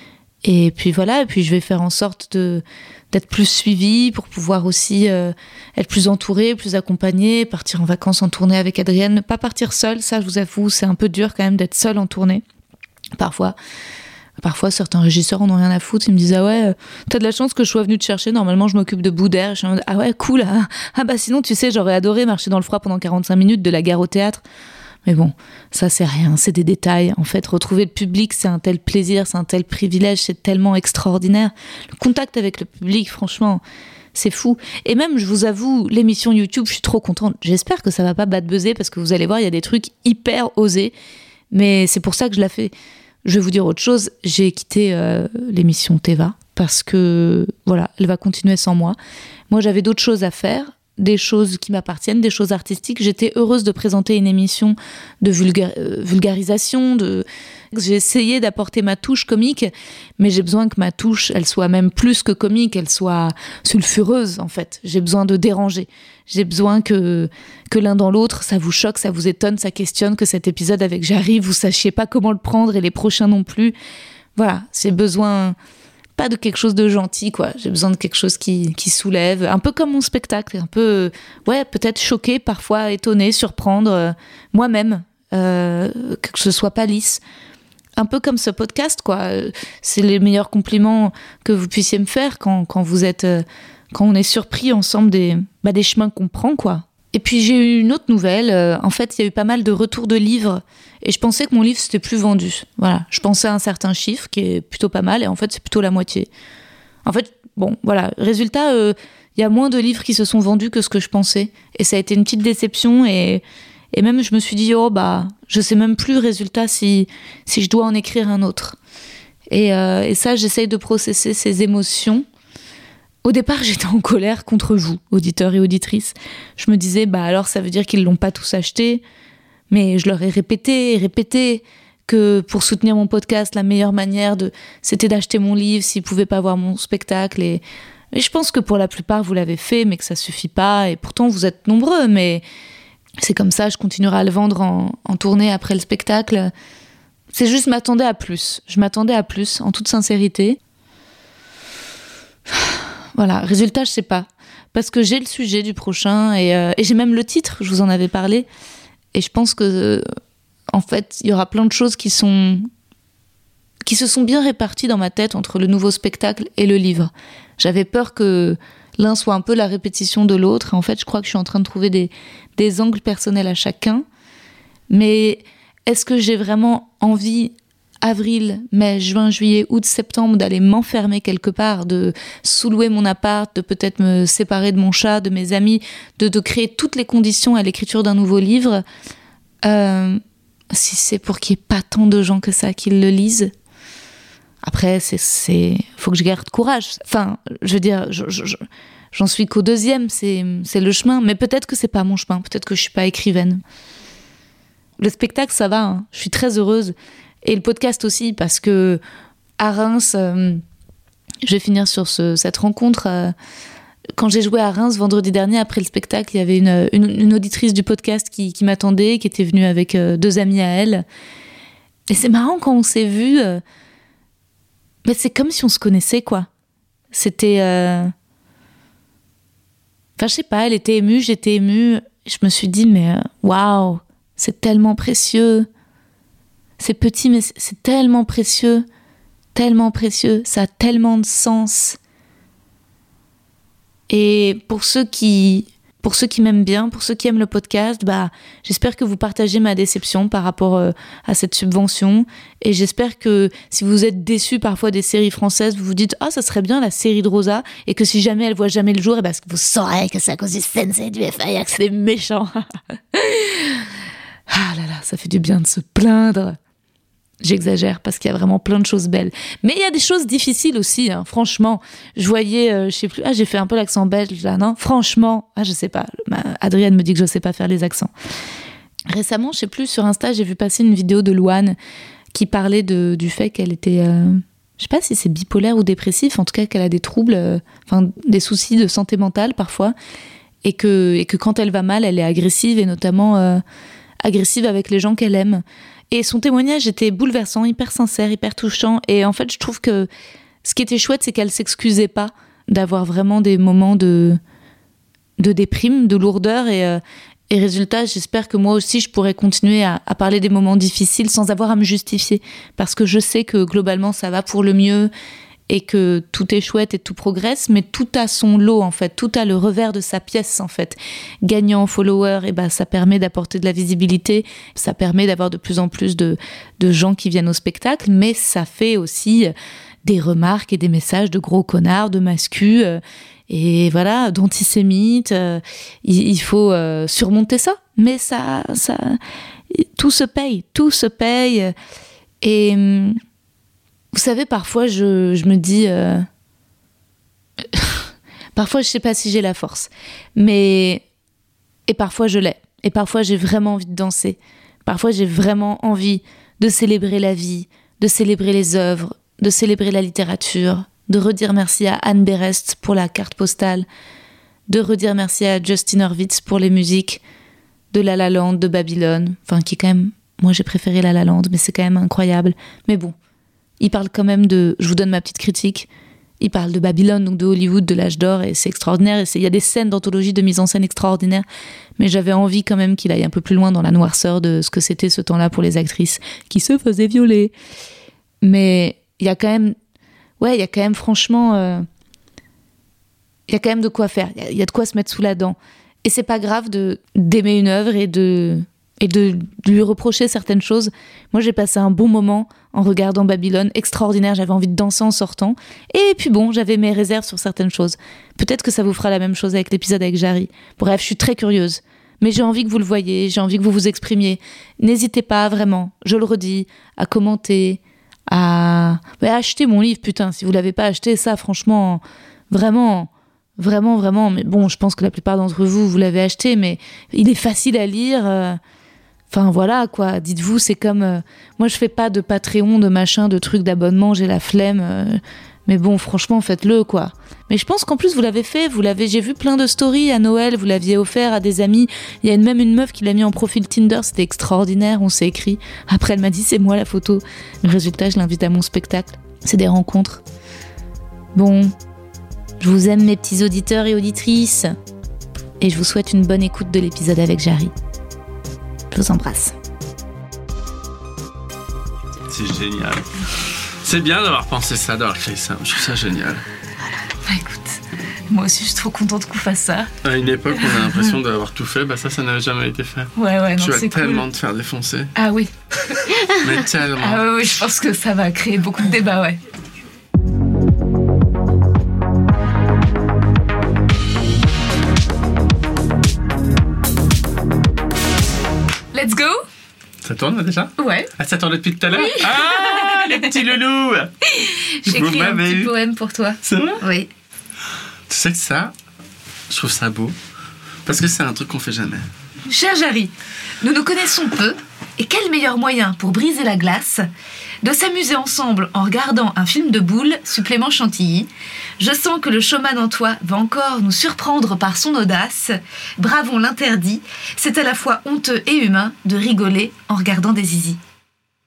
Et puis voilà, et puis je vais faire en sorte de, d'être plus suivie pour pouvoir aussi euh, être plus entourée, plus accompagnée, partir en vacances en tournée avec Adrienne. Ne pas partir seule, ça je vous avoue, c'est un peu dur quand même d'être seule en tournée. Parfois, parfois certains régisseurs en ont rien à foutre, ils me disent « Ah ouais, t'as de la chance que je sois venue te chercher, normalement je m'occupe de bout d'air. » Je suis en mode « Ah ouais, cool, ah, ah bah sinon tu sais, j'aurais adoré marcher dans le froid pendant quarante-cinq minutes de la gare au théâtre. » Mais bon, ça c'est rien, c'est des détails. En fait, retrouver le public, c'est un tel plaisir, c'est un tel privilège, c'est tellement extraordinaire. Le contact avec le public, franchement, c'est fou. Et même, je vous avoue, l'émission YouTube, je suis trop contente. J'espère que ça va pas bad buzzer parce que vous allez voir, il y a des trucs hyper osés. Mais c'est pour ça que je la fais. Je vais vous dire autre chose. J'ai quitté euh, l'émission Teva parce que, voilà, elle va continuer sans moi. Moi, j'avais d'autres choses à faire. Des choses qui m'appartiennent, des choses artistiques. J'étais heureuse de présenter une émission de vulga- euh, vulgarisation. De... J'ai essayé d'apporter ma touche comique, mais j'ai besoin que ma touche, elle soit même plus que comique, elle soit sulfureuse, en fait. J'ai besoin de déranger. J'ai besoin que, que l'un dans l'autre, ça vous choque, ça vous étonne, ça questionne, que cet épisode avec J'arrive, vous sachiez pas comment le prendre et les prochains non plus. Voilà, j'ai besoin... pas de quelque chose de gentil, quoi. J'ai besoin de quelque chose qui, qui soulève, un peu comme mon spectacle, un peu, ouais, peut-être choqué, parfois étonné, surprendre euh, moi-même, euh, que ce soit pas lisse. Un peu comme ce podcast, quoi. C'est les meilleurs compliments que vous puissiez me faire quand, quand vous êtes, euh, quand on est surpris ensemble des, bah, des chemins qu'on prend, quoi. Et puis j'ai eu une autre nouvelle. Euh, en fait, il y a eu pas mal de retours de livres. Et je pensais que mon livre, c'était plus vendu. Voilà. Je pensais à un certain chiffre qui est plutôt pas mal. Et en fait, c'est plutôt la moitié. En fait, bon, voilà. Résultat, il euh, y a moins de livres qui se sont vendus que ce que je pensais. Et ça a été une petite déception. Et, et même, je me suis dit, oh, bah, je sais même plus, résultat, si, si je dois en écrire un autre. Et, euh, et ça, j'essaye de processer ces émotions. Au départ, j'étais en colère contre vous, auditeurs et auditrices. Je me disais, bah alors ça veut dire qu'ils l'ont pas tous acheté. Mais je leur ai répété et répété que pour soutenir mon podcast, la meilleure manière, de, c'était d'acheter mon livre s'ils pouvaient pas voir mon spectacle. Et, et je pense que pour la plupart, vous l'avez fait, mais que ça suffit pas. Et pourtant, vous êtes nombreux, mais c'est comme ça, je continuerai à le vendre en, en tournée après le spectacle. C'est juste, je m'attendais à plus. Je m'attendais à plus, en toute sincérité. Voilà, résultat, je sais pas. Parce que j'ai le sujet du prochain et, euh, et j'ai même le titre, je vous en avais parlé. Et je pense que, euh, en fait, il y aura plein de choses qui sont, qui se sont bien réparties dans ma tête entre le nouveau spectacle et le livre. J'avais peur que l'un soit un peu la répétition de l'autre. Et en fait, je crois que je suis en train de trouver des, des angles personnels à chacun. Mais est-ce que j'ai vraiment envie, avril, mai, juin, juillet, août, septembre, d'aller m'enfermer quelque part, de sous-louer mon appart, de peut-être me séparer de mon chat, de mes amis, de, de créer toutes les conditions à l'écriture d'un nouveau livre, euh, si c'est pour qu'il n'y ait pas tant de gens que ça qui le lisent. Après, c'est, c'est, faut que je garde courage. Enfin, je veux dire, je, je, je, j'en suis qu'au deuxième, c'est, c'est le chemin, mais peut-être que c'est pas mon chemin, peut-être que je suis pas écrivaine. Le spectacle, ça va, hein. Je suis très heureuse. Et le podcast aussi, parce que à Reims, euh, je vais finir sur ce, cette rencontre. Euh, quand j'ai joué à Reims vendredi dernier, après le spectacle, il y avait une, une, une auditrice du podcast qui, qui m'attendait, qui était venue avec euh, deux amis à elle. Et c'est marrant quand on s'est vus. Euh, mais c'est comme si on se connaissait, quoi. C'était... Euh, Enfin, je sais pas, elle était émue, j'étais émue. Je me suis dit, mais waouh, wow, c'est tellement précieux. C'est petit, mais c'est tellement précieux. Tellement précieux. Ça a tellement de sens. Et pour ceux qui, pour ceux qui m'aiment bien, pour ceux qui aiment le podcast, bah, j'espère que vous partagez ma déception par rapport euh, à cette subvention. Et j'espère que si vous êtes déçus parfois des séries françaises, vous vous dites « Ah, ça serait bien la série de Rosa » et que si jamais elle voit jamais le jour, et bah, vous saurez que c'est à cause du Sensei du F I A que c'est des méchants. Ah là là, ça fait du bien de se plaindre. J'exagère parce qu'il y a vraiment plein de choses belles. Mais il y a des choses difficiles aussi, hein. Franchement. Je voyais, euh, je sais plus, ah, j'ai fait un peu l'accent belge là, non? Franchement, ah, je sais pas. Ma, Adrienne me dit que je sais pas faire les accents. Récemment, je sais plus, sur Insta, j'ai vu passer une vidéo de Louane qui parlait de, du fait qu'elle était, euh, je sais pas si c'est bipolaire ou dépressif, en tout cas qu'elle a des troubles, euh, enfin, des soucis de santé mentale parfois, et que, et que quand elle va mal, elle est agressive et notamment euh, agressive avec les gens qu'elle aime. Et son témoignage était bouleversant, hyper sincère, hyper touchant. Et en fait, je trouve que ce qui était chouette, c'est qu'elle s'excusait pas d'avoir vraiment des moments de, de déprime, de lourdeur. Et, euh, et résultat, j'espère que moi aussi, je pourrais continuer à, à parler des moments difficiles sans avoir à me justifier. Parce que je sais que globalement, ça va pour le mieux et que tout est chouette et tout progresse, mais tout a son lot, en fait. Tout a le revers de sa pièce, en fait. Gagnant en followers, et ben, ça permet d'apporter de la visibilité, ça permet d'avoir de plus en plus de, de gens qui viennent au spectacle, mais ça fait aussi des remarques et des messages de gros connards, de mascus, euh, et voilà, d'antisémites. Euh, il, il faut euh, surmonter ça, mais ça, ça, tout se paye, tout se paye. Et... Vous savez, parfois, je, je me dis... Euh... parfois, je sais pas si j'ai la force. Mais... Et parfois, je l'ai. Et parfois, j'ai vraiment envie de danser. Parfois, j'ai vraiment envie de célébrer la vie, de célébrer les œuvres, de célébrer la littérature, de redire merci à Anne Berest pour la carte postale, de redire merci à Justin Hurwitz pour les musiques de La La Land, de Babylone. Enfin, qui est quand même... Moi, j'ai préféré La La Land, mais c'est quand même incroyable. Mais bon... Il parle quand même de... Je vous donne ma petite critique. Il parle de Babylone, donc de Hollywood, de l'âge d'or, et c'est extraordinaire. Il y a des scènes d'anthologie, de mise en scène extraordinaires. Mais j'avais envie quand même qu'il aille un peu plus loin dans la noirceur de ce que c'était ce temps-là pour les actrices qui se faisaient violer. Mais il y a quand même... Ouais, il y a quand même franchement... Euh... Il y a quand même de quoi faire. Il y a de quoi se mettre sous la dent. Et c'est pas grave de, d'aimer une œuvre et de... et de lui reprocher certaines choses. Moi, j'ai passé un bon moment en regardant Babylone, extraordinaire, j'avais envie de danser en sortant. Et puis bon, j'avais mes réserves sur certaines choses. Peut-être que ça vous fera la même chose avec l'épisode avec Jarry. Bref, je suis très curieuse. Mais j'ai envie que vous le voyiez, j'ai envie que vous vous exprimiez. N'hésitez pas, vraiment, je le redis, à commenter, à... à acheter mon livre, putain, si vous l'avez pas acheté, ça, franchement, vraiment... Vraiment, vraiment, mais bon, je pense que la plupart d'entre vous, vous l'avez acheté, mais il est facile à lire... Euh... Enfin voilà quoi, dites-vous, c'est comme... Euh, moi je fais pas de Patreon, de machin, de trucs d'abonnement, j'ai la flemme. Euh, mais bon, franchement, faites-le quoi. Mais je pense qu'en plus vous l'avez fait, vous l'avez, j'ai vu plein de stories à Noël, vous l'aviez offert à des amis. Il y a une, même une meuf qui l'a mis en profil Tinder, c'était extraordinaire, on s'est écrit. Après elle m'a dit c'est moi la photo. Le résultat, je l'invite à mon spectacle. C'est des rencontres. Bon, je vous aime mes petits auditeurs et auditrices. Et je vous souhaite une bonne écoute de l'épisode avec Jarry. Je vous embrasse. C'est génial. C'est bien d'avoir pensé ça, d'avoir créé ça. Je trouve ça génial. Voilà. Bah écoute, moi aussi je suis trop contente qu'on fasse ça. À une époque, on a l'impression d'avoir tout fait. Bah ça, ça n'avait jamais été fait. Ouais, ouais, non, tu vas c'est tellement cool. te faire défoncer. Ah oui. Mais tellement. Ah oui, oui, je pense que ça va créer beaucoup de débats, ouais. Let's go. Ça tourne déjà? Ouais. Ah, ça tourne depuis tout à l'heure? Oui. Ah, les petits loulous. J'ai écrit un petit eu. poème pour toi. C'est vrai? Oui. Tu sais que ça, je trouve ça beau. Parce que c'est un truc qu'on fait jamais. Cher Jarry, nous nous connaissons peu, et quel meilleur moyen pour briser la glace de s'amuser ensemble en regardant un film de boules, supplément Chantilly. Je sens que le showman en toi va encore nous surprendre par son audace. Bravons l'interdit. C'est à la fois honteux et humain de rigoler en regardant des zizis.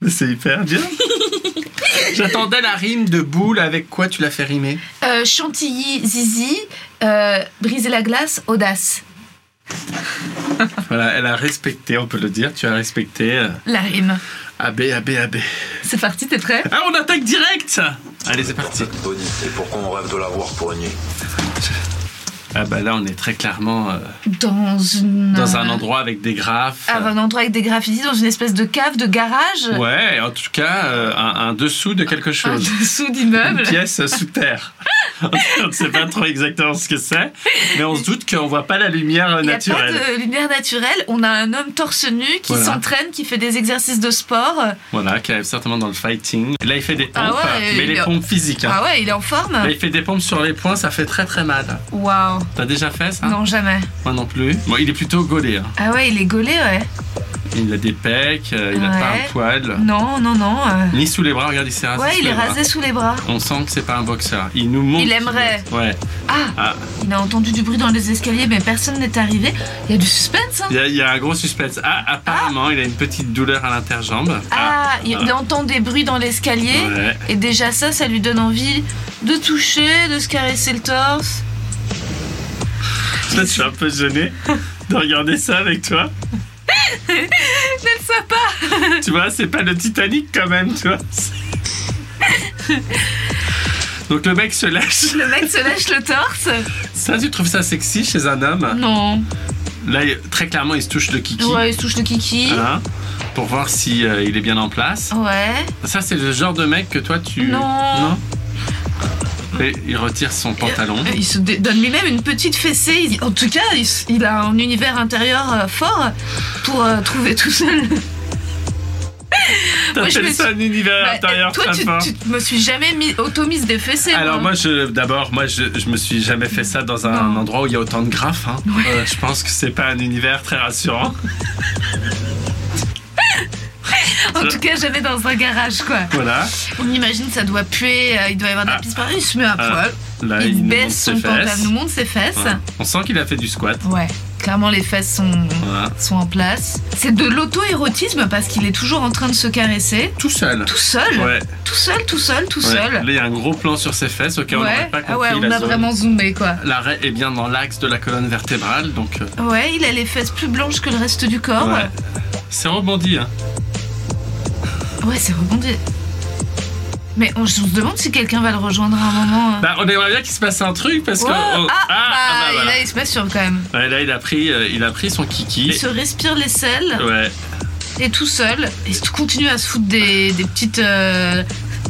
Mais c'est hyper bien. J'attendais la rime de boule. Avec quoi tu l'as fait rimer? euh, Chantilly, zizi, euh, briser la glace, audace. Voilà, elle a respecté, on peut le dire. Tu as respecté. Euh... La rime. A B, A B, A B. C'est parti, t'es prêt? Ah, on attaque direct. Allez, c'est parti. Et pourquoi on rêve de la voir pour une nuit? Ah bah là, on est très clairement euh, dans une... dans un endroit avec des graphes. Ah, un endroit avec des graffitis, dans une espèce de cave, de garage. Ouais, en tout cas, euh, un, un dessous de quelque chose. Un dessous d'immeuble. Une pièce sous terre. On ne sait pas trop exactement ce que c'est, mais on se doute qu'on ne voit pas la lumière naturelle. Il n'y a pas de lumière naturelle. On a un homme torse nu qui voilà. s'entraîne, qui fait des exercices de sport. Voilà, qui arrive certainement dans le fighting. Là, il fait des pompes, ah ouais, mais les est... pompes physiques. Hein. Ah ouais, il est en forme. Là, il fait des pompes sur les poings, ça fait très très mal. Waouh. T'as déjà fait ça? Non, jamais. Moi non plus. Bon, il est plutôt gaulé. Hein. Ah ouais, il est gaulé, ouais. Il a des pecs, euh, il n'a ouais. pas un poil. Non, non, non. Euh... Ni sous les bras, regarde, il s'est rasé. Ouais, sous il les est bras. rasé sous les bras. On sent que c'est pas un boxeur. Il nous montre. Il aimerait. Ouais. Ah, ah, il a entendu du bruit dans les escaliers, mais personne n'est arrivé. Il y a du suspense, hein. Il y a, il y a un gros suspense. Ah, apparemment, ah. il a une petite douleur à l'interjambe. Ah, ah. Il, ah. il entend des bruits dans l'escalier. Ouais. Et déjà ça, ça lui donne envie de toucher, de se caresser le torse. Là, je suis un peu gêné de regarder ça avec toi. Ne le sois pas. Tu vois, c'est pas le Titanic quand même, tu vois. Donc le mec se lâche. Le mec se lâche le torse. Ça, tu trouves ça sexy chez un homme? Non. Là, il, très clairement, il se touche le kiki. Ouais, il se touche le kiki. Hein, pour voir si euh, il est bien en place. Ouais. Ça, c'est le genre de mec que toi, tu... Non. Non. Et il retire son pantalon. Euh, il se dé- donne lui-même une petite fessée. Il, en tout cas, il, il a un univers intérieur euh, fort pour euh, trouver tout seul. T'appelles ça un univers bah, intérieur toi, très tu, fort. tu me suis jamais mis, auto-mise des fessées. Alors moi, moi, je, d'abord, moi, je, je me suis jamais fait ça dans un non. endroit où il y a autant de graphes. Hein. Ouais. Euh, je pense que c'est pas un univers très rassurant. En tout cas, jamais dans un garage, quoi. Voilà. On imagine ça doit puer, euh, il doit y avoir de la Ah. pisse par là, il se met à Ah. poil. Là, il, il nous baisse montre son ses pantalon, fesses. nous montre ses fesses. Ouais. On sent qu'il a fait du squat. Ouais, clairement les fesses sont, Voilà. sont en place. C'est de l'auto-érotisme parce qu'il est toujours en train de se caresser. Tout seul. Tout seul. Ouais. Tout seul, tout seul, tout Ouais. seul. Là, il y a un gros plan sur ses fesses auquel on n'aurait Ouais, pas compris ah ouais, on la a zone. vraiment zoomé, quoi. L'arrêt est bien dans l'axe de la colonne vertébrale, donc... euh, Ouais, il a les fesses plus blanches que le reste du corps. ouais. C'est rebondi, hein. Ouais, c'est rebondi. Mais on, on se demande si quelqu'un va le rejoindre à un moment. Bah, on aimerait bien qu'il se passe un truc, parce Ouais. que... Ah, on- bah, bah, et voilà. là, il se masturbe quand même. Ouais, là, il a pris, euh, il a pris son kiki. Il se respire les selles. Ouais. Et tout seul, et il continue à se foutre des, des petites... Euh...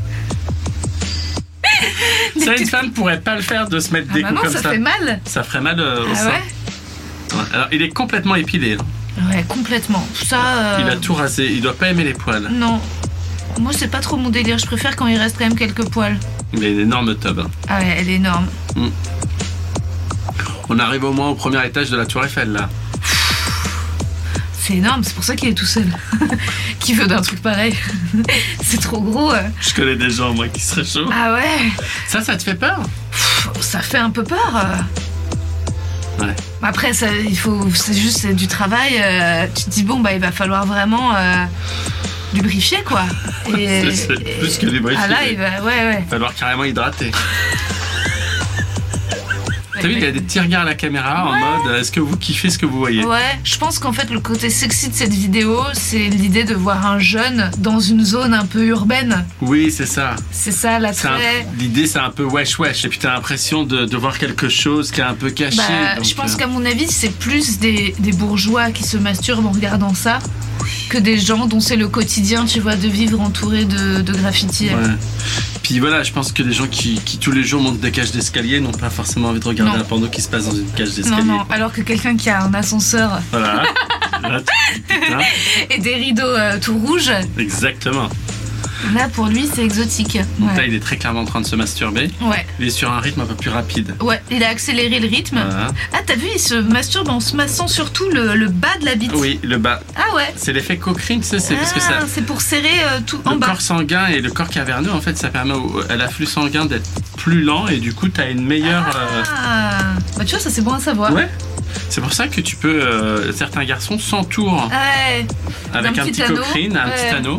des Ça, une petites- femme pourrait pas le faire de se mettre Ah des bah coups non, comme ça ça. fait mal. Ça ferait mal euh, au Ah sein. ouais Ouais. Alors, il est complètement épilé. Hein. Ouais, complètement. Ça... euh, Il a tout rasé. Il doit pas aimer les poils. Non. Moi, c'est pas trop mon délire. Je préfère quand il reste quand même quelques poils. Il a une énorme tub. Hein. Ah ouais, elle est énorme. On arrive au moins au premier étage de la Tour Eiffel, là. C'est énorme, c'est pour ça qu'il est tout seul. Qui veut d'un truc pareil? C'est trop gros. euh. Je connais des gens, moi, qui seraient chauds. Ah ouais. Ça, ça te fait peur? Pff, ça fait un peu peur. euh. Ouais. Après, ça, il faut, c'est juste c'est du travail. euh, tu te dis, bon, bah, il va falloir vraiment euh, lubrifier, quoi. Et, C'est- c'est plus que lubrifier. Ah là, il va, ouais, ouais. Il va falloir carrément hydrater. T'as vu, il y a des petits regards à la caméra en mode est-ce que vous kiffez ce que vous voyez? Ouais, je pense qu'en fait, le côté sexy de cette vidéo, c'est l'idée de voir un jeune dans une zone un peu urbaine. Oui, c'est ça. C'est ça, C'est un- l'attrait. L'idée, c'est un peu wesh wesh. Et puis, t'as l'impression de, de voir quelque chose qui est un peu caché. Bah, donc, je pense euh, qu'à mon avis, c'est plus des, des bourgeois qui se masturbent en regardant ça que des gens dont c'est le quotidien, tu vois, de vivre entouré de, de graffitis. Ouais. Puis voilà, je pense que les gens qui, qui tous les jours montent des cages d'escalier n'ont pas forcément envie de regarder Non. un porno qui se passe dans une cage Non, d'escalier. non, alors que quelqu'un qui a un ascenseur Voilà. Là, tu- putain. et des rideaux euh, tout rouges, Exactement. là, pour lui, c'est exotique. Donc là, Ouais. il est très clairement en train de se masturber. Ouais. Il est sur un rythme un peu plus rapide. Ouais, il a accéléré le rythme. Voilà. Ah, t'as vu, il se masturbe en se massant surtout le, le bas de la bite. Oui, le bas. Ah ouais. C'est l'effet Cochrane, tu sais, c'est parce que ça. Ah, c'est pour serrer euh, tout en Le bas. corps sanguin et le corps caverneux, en fait, ça permet au- à l'afflux sanguin d'être plus lent et du coup, t'as une meilleure. euh, Ah, bah tu vois, ça c'est bon à savoir. Ouais. C'est pour ça que tu peux. euh, certains garçons s'entourent Ouais. avec d'un un petit petit anneau. Cochrane, un Ouais. petit anneau.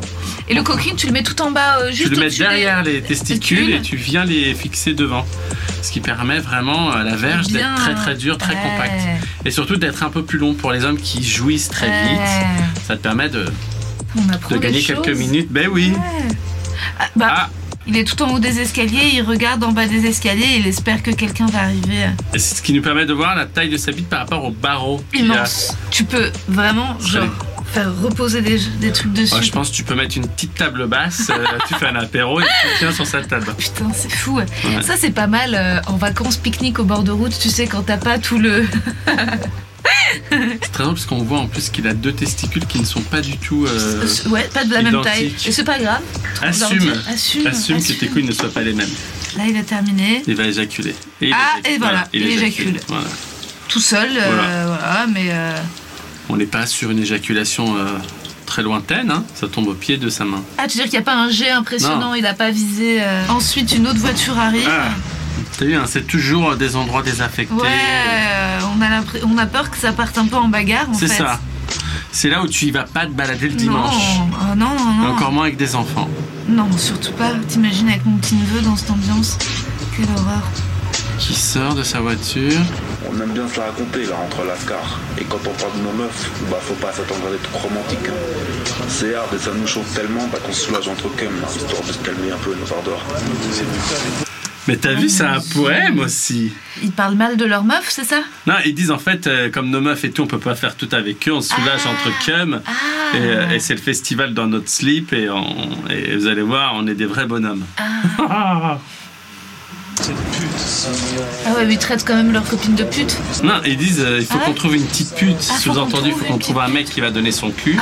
Et le cocking, tu le mets tout en bas, euh, juste Tu le mets au-dessus derrière des... les testicules et tu viens les fixer devant. Ce qui permet vraiment à la verge Bien. d'être très très dure, très Ouais. compacte. Et surtout d'être un peu plus long pour les hommes qui jouissent très Ouais. vite. Ça te permet de, On apprend de des gagner choses. quelques minutes. Ben oui. Ouais. Ah, bah, Ah, il est tout en haut des escaliers, il regarde en bas des escaliers et il espère que quelqu'un va arriver. et c'est ce qui nous permet de voir la taille de sa bite par rapport au barreau. qu'il y a. Immense. Tu peux vraiment, genre, faire reposer des, des trucs dessus. Ouais, je pense que tu peux mettre une petite table basse, euh, tu fais un apéro et tu tiens sur sa table. Putain, c'est fou. Ouais. Ça, c'est pas mal euh, en vacances, pique-nique au bord de route, tu sais, quand t'as pas tout le. C'est très drôle parce qu'on voit en plus qu'il a deux testicules qui ne sont pas du tout. Euh, ouais, pas de la même taille. identique. Et c'est pas grave. assume, Assume. assume que tes couilles ne soient pas les mêmes. Là, il a terminé. Il va éjaculer. Et il Ah, éjacule. et voilà, il éjacule. Voilà. Tout seul, euh, Voilà. voilà, mais. euh, On n'est pas sur une éjaculation euh, très lointaine, hein. Ça tombe au pied de sa main. Ah, tu veux dire qu'il n'y a pas un jet impressionnant, Non. il a pas visé. euh. Ensuite, une autre voiture arrive. Ah, t'as vu, hein, c'est toujours des endroits désaffectés. Ouais, euh, on, a l'impré- on a peur que ça parte un peu en bagarre, en C'est fait. ça. C'est là où tu y vas pas te balader le dimanche. Non, ah, non, non, Et non. encore moins avec des enfants. Non, surtout pas. T'imagines avec mon petit neveu dans cette ambiance. Quelle horreur. Qui sort de sa voiture. On aime bien se la raconter là entre lascars. Et quand on parle de nos meufs, bah faut pas s'attendre à des trucs romantiques. Hein. C'est hard et ça nous chauffe tellement bah, qu'on se soulage entre cum, hein, histoire de se calmer un peu nos ardeurs. Mais t'as vu, c'est un poème aussi. Ils parlent mal de leur meuf, c'est ça? Non, ils disent en fait, euh, comme nos meufs et tout, on peut pas faire tout avec eux, on se soulage Ah. entre cum. Ah. Et, euh, et c'est le festival dans notre slip et, on- et vous allez voir, on est des vrais bonhommes. Ah ouais, mais ils traitent quand même leur copine de pute. Non, ils disent euh, il faut Ah qu'on ouais trouve une petite pute. Ah, faut Sous-entendu, il qu'on faut trouve qu'on une trouve un mec qui va donner son cul.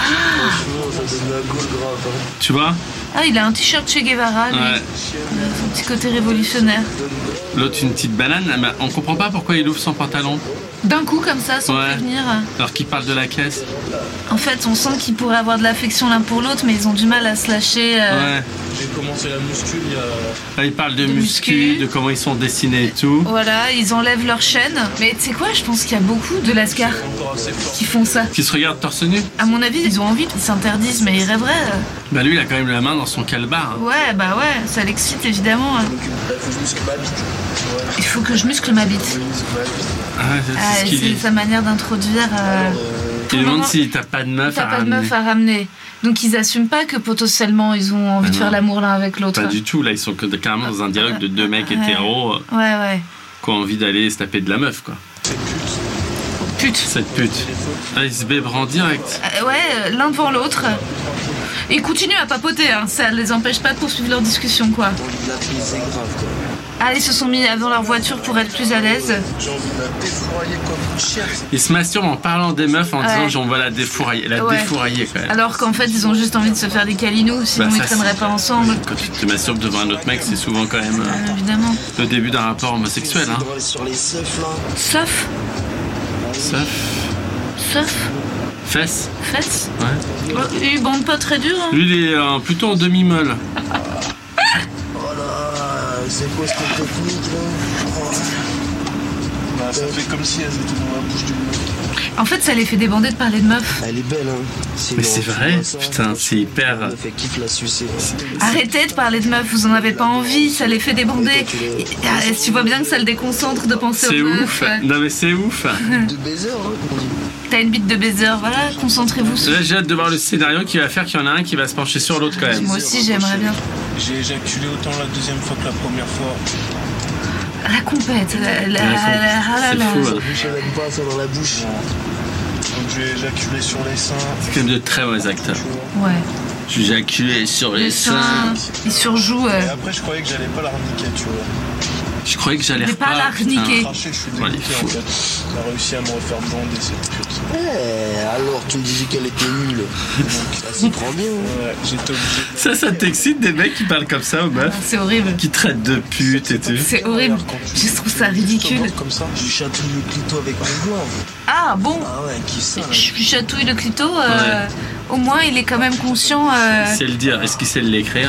Tu vois? Ah, il a un t-shirt Che Guevara, lui. Ouais. Son petit côté révolutionnaire. L'autre, une petite banane. Mais on comprend pas pourquoi il ouvre son pantalon. D'un coup, comme ça, sans Ouais. prévenir. Alors qu'il parle de la caisse. En fait, on sent qu'ils pourraient avoir de l'affection l'un pour l'autre, mais ils ont du mal à se lâcher. euh, Ouais. J'ai commencé la muscu il y a... Là, il parle de, De muscu, muscu. de comment ils sont dessinés et tout. Voilà, ils enlèvent leur chaîne. Mais tu sais quoi, je pense qu'il y a beaucoup de lascars encore assez fort. qui font ça. Qui se regardent torse nu. À mon avis, ils ont envie, ils s'interdisent, mais ils rêveraient. euh. Bah lui, il a quand même la main dans son calbar. hein. Ouais, bah ouais, ça l'excite évidemment. Il faut que je muscle ma bite. Il faut que je muscle ma bite. Ah, c'est Ah, ce qu'il c'est dit. sa manière d'introduire. euh, Il demande moment- si t'as pas de meuf T'as à pas de ramener. meuf à ramener. Donc ils assument pas que potentiellement ils ont envie Ah de faire non. l'amour l'un avec l'autre. Pas du tout, là ils sont que- carrément dans un dialogue de deux mecs Ouais. hétéros euh, Ouais, ouais. qui ont envie d'aller se taper de la meuf quoi. Pute. Cette pute. Ah, ils se bébèrent en direct. Euh, ouais, euh, l'un devant l'autre. Et ils continuent à papoter, hein. Ça les empêche pas de poursuivre leur discussion, quoi. La prise, c'est grave, quoi. Ah, ils se sont mis dans leur voiture pour être plus à l'aise. J'ai envie de la défourailler comme une chair. Ils se masturbent en parlant des meufs en Ouais. disant j'en vais la défourailler. La Ouais. défourailler quand même. Alors qu'en fait, ils ont juste envie de se faire des câlinous, sinon Bah, ils ça, traîneraient c'est- pas ensemble. Quand tu te masturbes devant un autre mec, c'est souvent quand même euh, Euh, évidemment. le début d'un rapport homosexuel. Hein. Dans les- Sur les seufs, là. Sauf, Sauf sauf, fesses. faites. Ouais. Oh, une bande pas très dure, hein. Lui il est euh, plutôt en demi-molle. Oh là, c'est quoi cette technique, là? Oh. Bah, ça fait comme si elle était dans la bouche du mec. En fait, ça les fait débander de parler de meufs. Elle est belle, hein. Mais c'est vrai, putain, c'est hyper- Elle me fait kiffe la sucer. Arrêtez de parler de meufs, vous en avez pas envie, ça les fait débander. Et, ah, tu vois bien que ça le déconcentre de penser C'est aux ouf. meufs. Non mais c'est ouf. De baiser, hein, qu'on dit. T'as une bite de baiser, voilà, concentrez-vous sur. Là j'ai hâte de voir le scénario qui va faire qu'il y en a un qui va se pencher sur l'autre quand même. Moi aussi, j'aimerais bien. J'ai éjaculé autant la deuxième fois que la première fois. La compète, la, la, Ouais, la- ah là c'est là. fou. Hein. Bouche, elle aime pas ça dans la bouche. Donc j'ai éjaculé sur les seins. C'est quand même de très mauvais acteurs. Ouais. J'ai éjaculé sur les Les seins. seins, ils surjouent. euh. Et après, je croyais que j'allais pas la reniquer, tu vois. Je croyais que j'allais Mais pas la putain. reniquer. Craché, je suis Ouais, dégoûté il faut. en fait. Elle a réussi à me refaire bander cette pute. Eh, alors, tu me disais qu'elle était nulle. Ça s'y prend bien. hein. Ouais, j'étais obligé. Ça, ça t'excite des mecs qui parlent comme ça aux meufs, C'est horrible. qui traitent de pute et tout. C'est horrible. Je trouve ça ridicule. Comme ça. Je chatouille le clito avec mon doigt. Ah bon. Ah ouais, qui ça, là? Je lui chatouille le clito. euh, Au moins, il est quand même conscient. euh, Il sait le dire, est-ce qu'il sait l'écrire?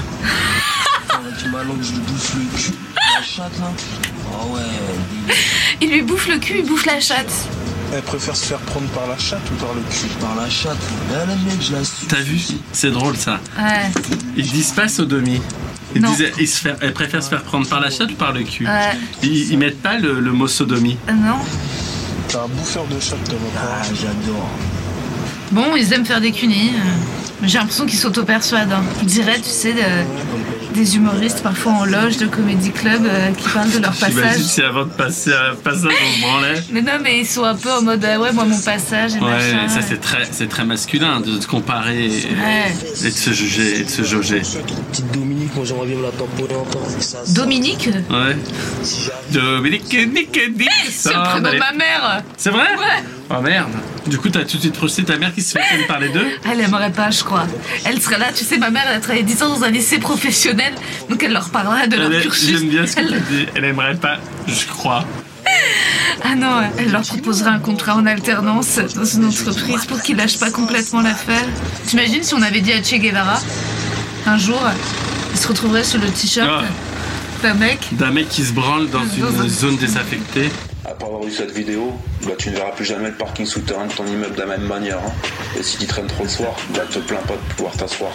Tu m'as langue, je lui bouffe le cul. La chatte, là. Ah ouais. Il lui bouffe le cul, il bouffe la chatte. Elle préfère se faire prendre par la chatte ou par le cul. Par la chatte. Elle aime bien que je la suce. T'as vu? C'est drôle ça. Ouais. Ils disent pas sodomie. Ils, Non. disent, ils, se faire, ils préfèrent se faire prendre par la chatte ou par le cul. Euh, Ils, ils mettent pas le, le mot sodomie. euh, non. T'es un bouffeur de chatte, toi, Ah, maintenant. j'adore. Bon, ils aiment faire des cunis. euh, J'ai l'impression qu'ils s'auto-persuadent. Hein. Je dirais, tu sais, de- des humoristes parfois en loge de comédie club euh, qui parlent de leur passage. J'imagine si avant de passer à un passage, on se branlait. Mais non, mais ils sont un peu en mode euh, ouais, moi mon passage et Ouais, machin. ça c'est très, c'est très masculin de se comparer et, Ouais. et de se juger et de se jauger. Petite Dominique, moi j'aimerais bien me la tamponner encore. Ça, ça. Dominique, Ouais. Si j'arrive. Dominique, Nick, Nick, c'est le prénom de ma mère. C'est vrai? Ouais. Oh merde. Du coup, t'as tout de suite projeté ta mère qui se fait prendre par les deux? Elle aimerait pas, je crois. Elle serait là, tu sais, ma mère, elle a travaillé dix ans dans un lycée professionnel, donc elle leur parlerait de leur Elle est- cursus. J'aime bien ce que Elle- t'as dit. Elle aimerait pas, je crois. Ah non, elle leur proposerait un contrat en alternance dans une entreprise pour qu'ils lâchent pas complètement l'affaire. T'imagines si on avait dit à Che Guevara, un jour, il se retrouverait sur le t-shirt Ah. d'un mec. D'un mec qui se branle dans Dans une un- zone désaffectée. Après avoir vu cette vidéo, bah, tu ne verras plus jamais le parking souterrain de ton immeuble de la même manière. Hein. Et si tu traînes trop le soir, bah, te plains pas de pouvoir t'asseoir.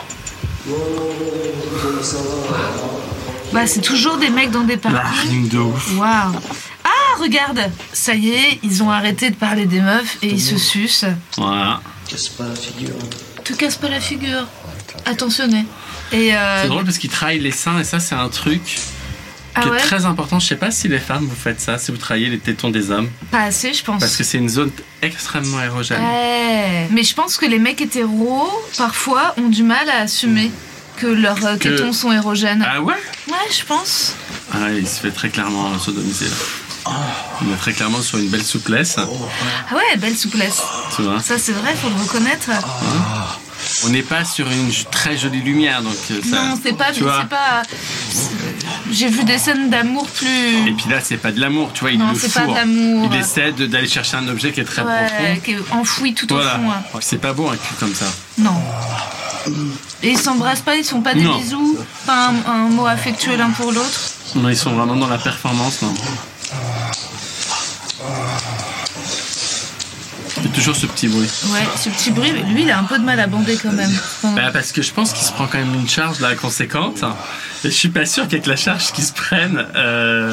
Bah, c'est toujours des mecs dans des La parkings. rime de ouf. Waouh. Ah, regarde, ça y est, ils ont arrêté de parler des meufs et ils se sucent. Voilà. Casse pas la figure. Te casse pas la figure. Attentionné. Et euh, C'est drôle parce qu'ils travaillent les seins et ça, c'est un truc ah qui ouais, est très important. Je sais pas si les femmes vous faites ça, si vous travaillez les tétons des hommes. pas assez, je pense. Parce que c'est une zone extrêmement érogène. Ouais. Mais je pense que les mecs hétéros, parfois, ont du mal à assumer que leurs euh, Que- tétons sont érogènes. Ah ouais? Ouais, je pense. Ah, il se fait très clairement sodomiser là. Il est très clairement sur une belle souplesse, Ah ouais, belle souplesse. tu vois. Ça, c'est vrai, faut le reconnaître. On n'est pas sur une j- très jolie lumière, donc euh, ça. non, c'est pas, tu vois. c'est pas. c'est- J'ai vu des scènes d'amour plus. Et puis là, c'est pas de l'amour, tu vois. Il Non, le c'est pas fourre. de l'amour. Il essaie de- d'aller chercher un objet qui est très Ouais, profond. qui est enfoui tout Voilà. au fond. hein. C'est pas beau un cul comme ça. Non. Et ils s'embrassent pas, ils font pas des Non. bisous, pas un, un mot affectueux l'un pour l'autre. Non, ils sont vraiment dans la performance, non. Il y a toujours ce petit bruit. Ouais, ce petit bruit, mais lui, il a un peu de mal à bander quand même. Enfin, Bah, parce que je pense qu'il se prend quand même une charge là conséquente. Et je suis pas sûr qu'avec la charge qu'il se prenne, euh...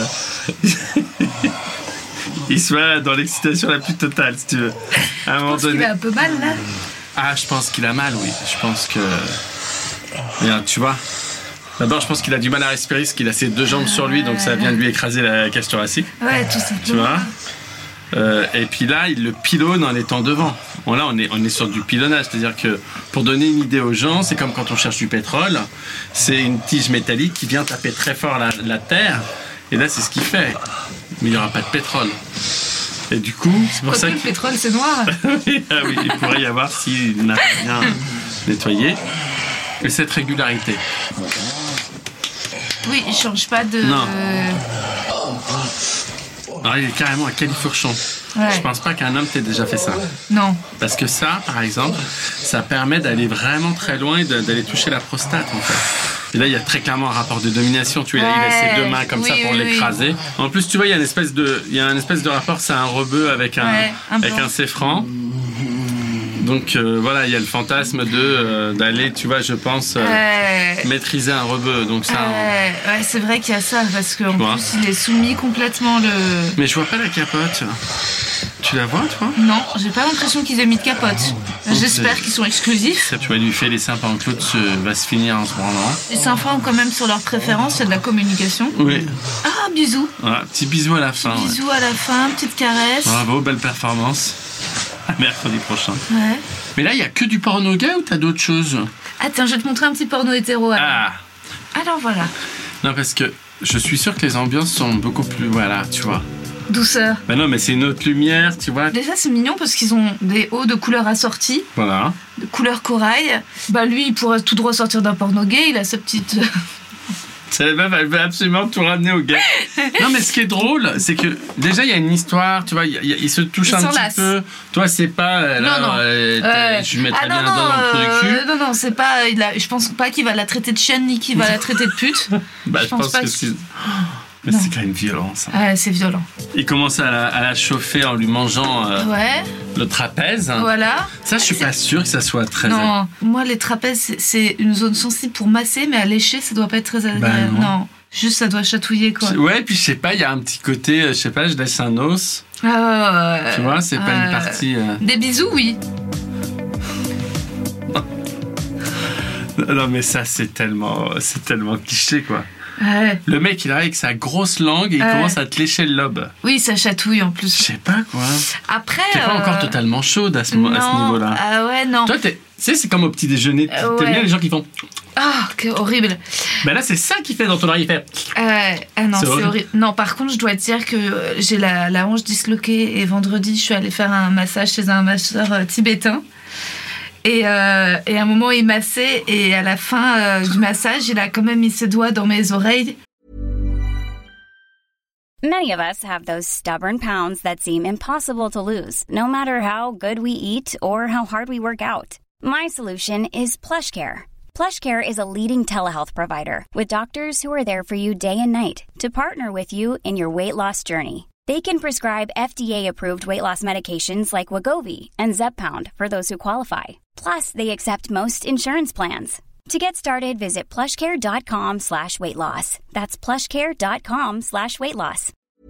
il soit dans l'excitation la plus totale, si tu veux. À un je moment pense qu'il donné. a un peu mal là. Ah, je pense qu'il a mal, oui. Je pense que. Regarde, tu vois. D'abord, je pense qu'il a du mal à respirer parce qu'il a ses deux jambes sur lui, donc ça vient de lui écraser la cage thoracique. Ouais, tout simplement. Tu vois. Euh, et puis là, il le pilonne en étant devant. Bon, là, on est, on est sur du pilonnage, c'est-à-dire que pour donner une idée aux gens, c'est comme quand on cherche du pétrole, c'est une tige métallique qui vient taper très fort la, la terre, et là, c'est ce qu'il fait. Mais il n'y aura pas de pétrole. Et du coup, c'est pour Quoique ça le que. pétrole, c'est noir. Ah oui, il pourrait y avoir s'il n'a pas bien nettoyé. Et cette régularité. Oui, il change pas de. Non. Alors, il est carrément un califourchon. Ouais. Je pense pas qu'un homme t'ait déjà fait ça. Non. Parce que ça, par exemple, ça permet d'aller vraiment très loin et de- d'aller toucher la prostate, en fait. Et là, il y a très clairement un rapport de domination. Tu vois, là, il a Ouais. ses deux mains comme Oui, ça pour oui, oui. l'écraser. En plus, tu vois, il y a une espèce de, il y a un espèce de rapport, c'est un rebeu avec un, Ouais, un avec blanc. un céfran. Donc euh, voilà, il y a le fantasme de euh, d'aller, tu vois, je pense, euh, Ouais. maîtriser un rebeu. Donc ça. on- Ouais, ouais, c'est vrai qu'il y a ça, parce qu'en vois. plus, il est soumis complètement le. Mais je vois pas la capote. Tu la vois, toi? Non, j'ai pas l'impression qu'ils aient mis de capote. J'espère c'est- qu'ils sont exclusifs. Ça, tu vas lui faire les seins pendant que l'autre se- va se finir en se branlant. Les sympas ont quand même sur leur préférence, c'est de la communication. Oui. Ah, bisous. Voilà, petit bisou à la fin. ouais. Bisous à la fin, petite caresse. Bravo, belle performance. À mercredi prochain. Ouais. Mais là, il y a que du porno gay ou t'as d'autres choses? Attends, je vais te montrer un petit porno hétéro. alors. Ah. Alors voilà, Non, parce que je suis sûr que les ambiances sont beaucoup plus... Voilà, tu vois. douceur. Bah non, mais c'est une autre lumière, tu vois. Déjà, c'est mignon parce qu'ils ont des hauts de couleurs assortis, Voilà. de couleur corail. Bah lui, il pourrait tout droit sortir d'un porno gay, il a sa petite... Cette meuf, elle veut absolument tout ramener au gay. Non, mais ce qui est drôle, c'est que déjà, il y a une histoire, tu vois, il y a- il y a- ils se touchent Ils un s'enlacent. petit peu. Toi, c'est pas... euh, là, Non, non. euh, t'es- Euh, je lui mettrais ah, bien non, un doigt non, dans le trou euh, du cul. non, non, c'est pas... Il a, je pense pas qu'il va la traiter de chienne ni qu'il va la traiter de pute. Bah, je je pense pense pas que que- c'est... Mais Non. c'est quand même violent, ça. Ah, c'est violent. Il commence à la, à la chauffer en lui mangeant euh, Ouais, le trapèze. voilà. Ça, je suis pas sûr que ça soit très... Non, moi, les trapèzes, c'est- c'est une zone sensible pour masser, mais à lécher, ça doit pas être très agréable. Bah, non. Juste, ça doit chatouiller, quoi. Ouais, puis je sais pas, il y a un petit côté, euh, je sais pas, je laisse un os. Ah, ouais, ouais. Tu vois, c'est pas Euh, une partie... euh, Des bisous, oui. Non, mais ça, c'est tellement, c'est tellement cliché, quoi. Ouais. Le mec, il arrive avec sa grosse langue et il Ouais. commence à te lécher le lobe. Oui, ça chatouille en Je plus. sais pas, quoi. Après. T'es pas euh, encore totalement chaude à ce, mo- à ce non, niveau-là. Ah ouais, non. Toi, t'es- tu sais, c'est comme au petit déjeuner. Euh, T'aimes ouais. bien les gens qui font... Ah, c'est horrible. Ben là, c'est ça qu'il fait dans ton oreille. Il fait... Euh, ah non, C'est c'est horrible. horrible. Non, par contre, je dois te dire que euh, j'ai la, la hanche disloquée et vendredi, je suis allée faire un massage chez un masseur euh, tibétain. Et, euh, et à un moment, il massait et à la fin euh, du massage, il a quand même mis ses doigts dans mes oreilles. Many of us have those stubborn pounds that seem impossible to lose, no matter how good we eat or how hard we work out. My solution is PlushCare. PlushCare is a leading telehealth provider with doctors who are there for you day and night to partner with you in your weight loss journey. They can prescribe F D A-approved weight loss medications like Wegovy and Zepbound for those who qualify. Plus, they accept most insurance plans. To get started, visit plushcare.com slash weight loss. That's plushcare.com slash weight loss.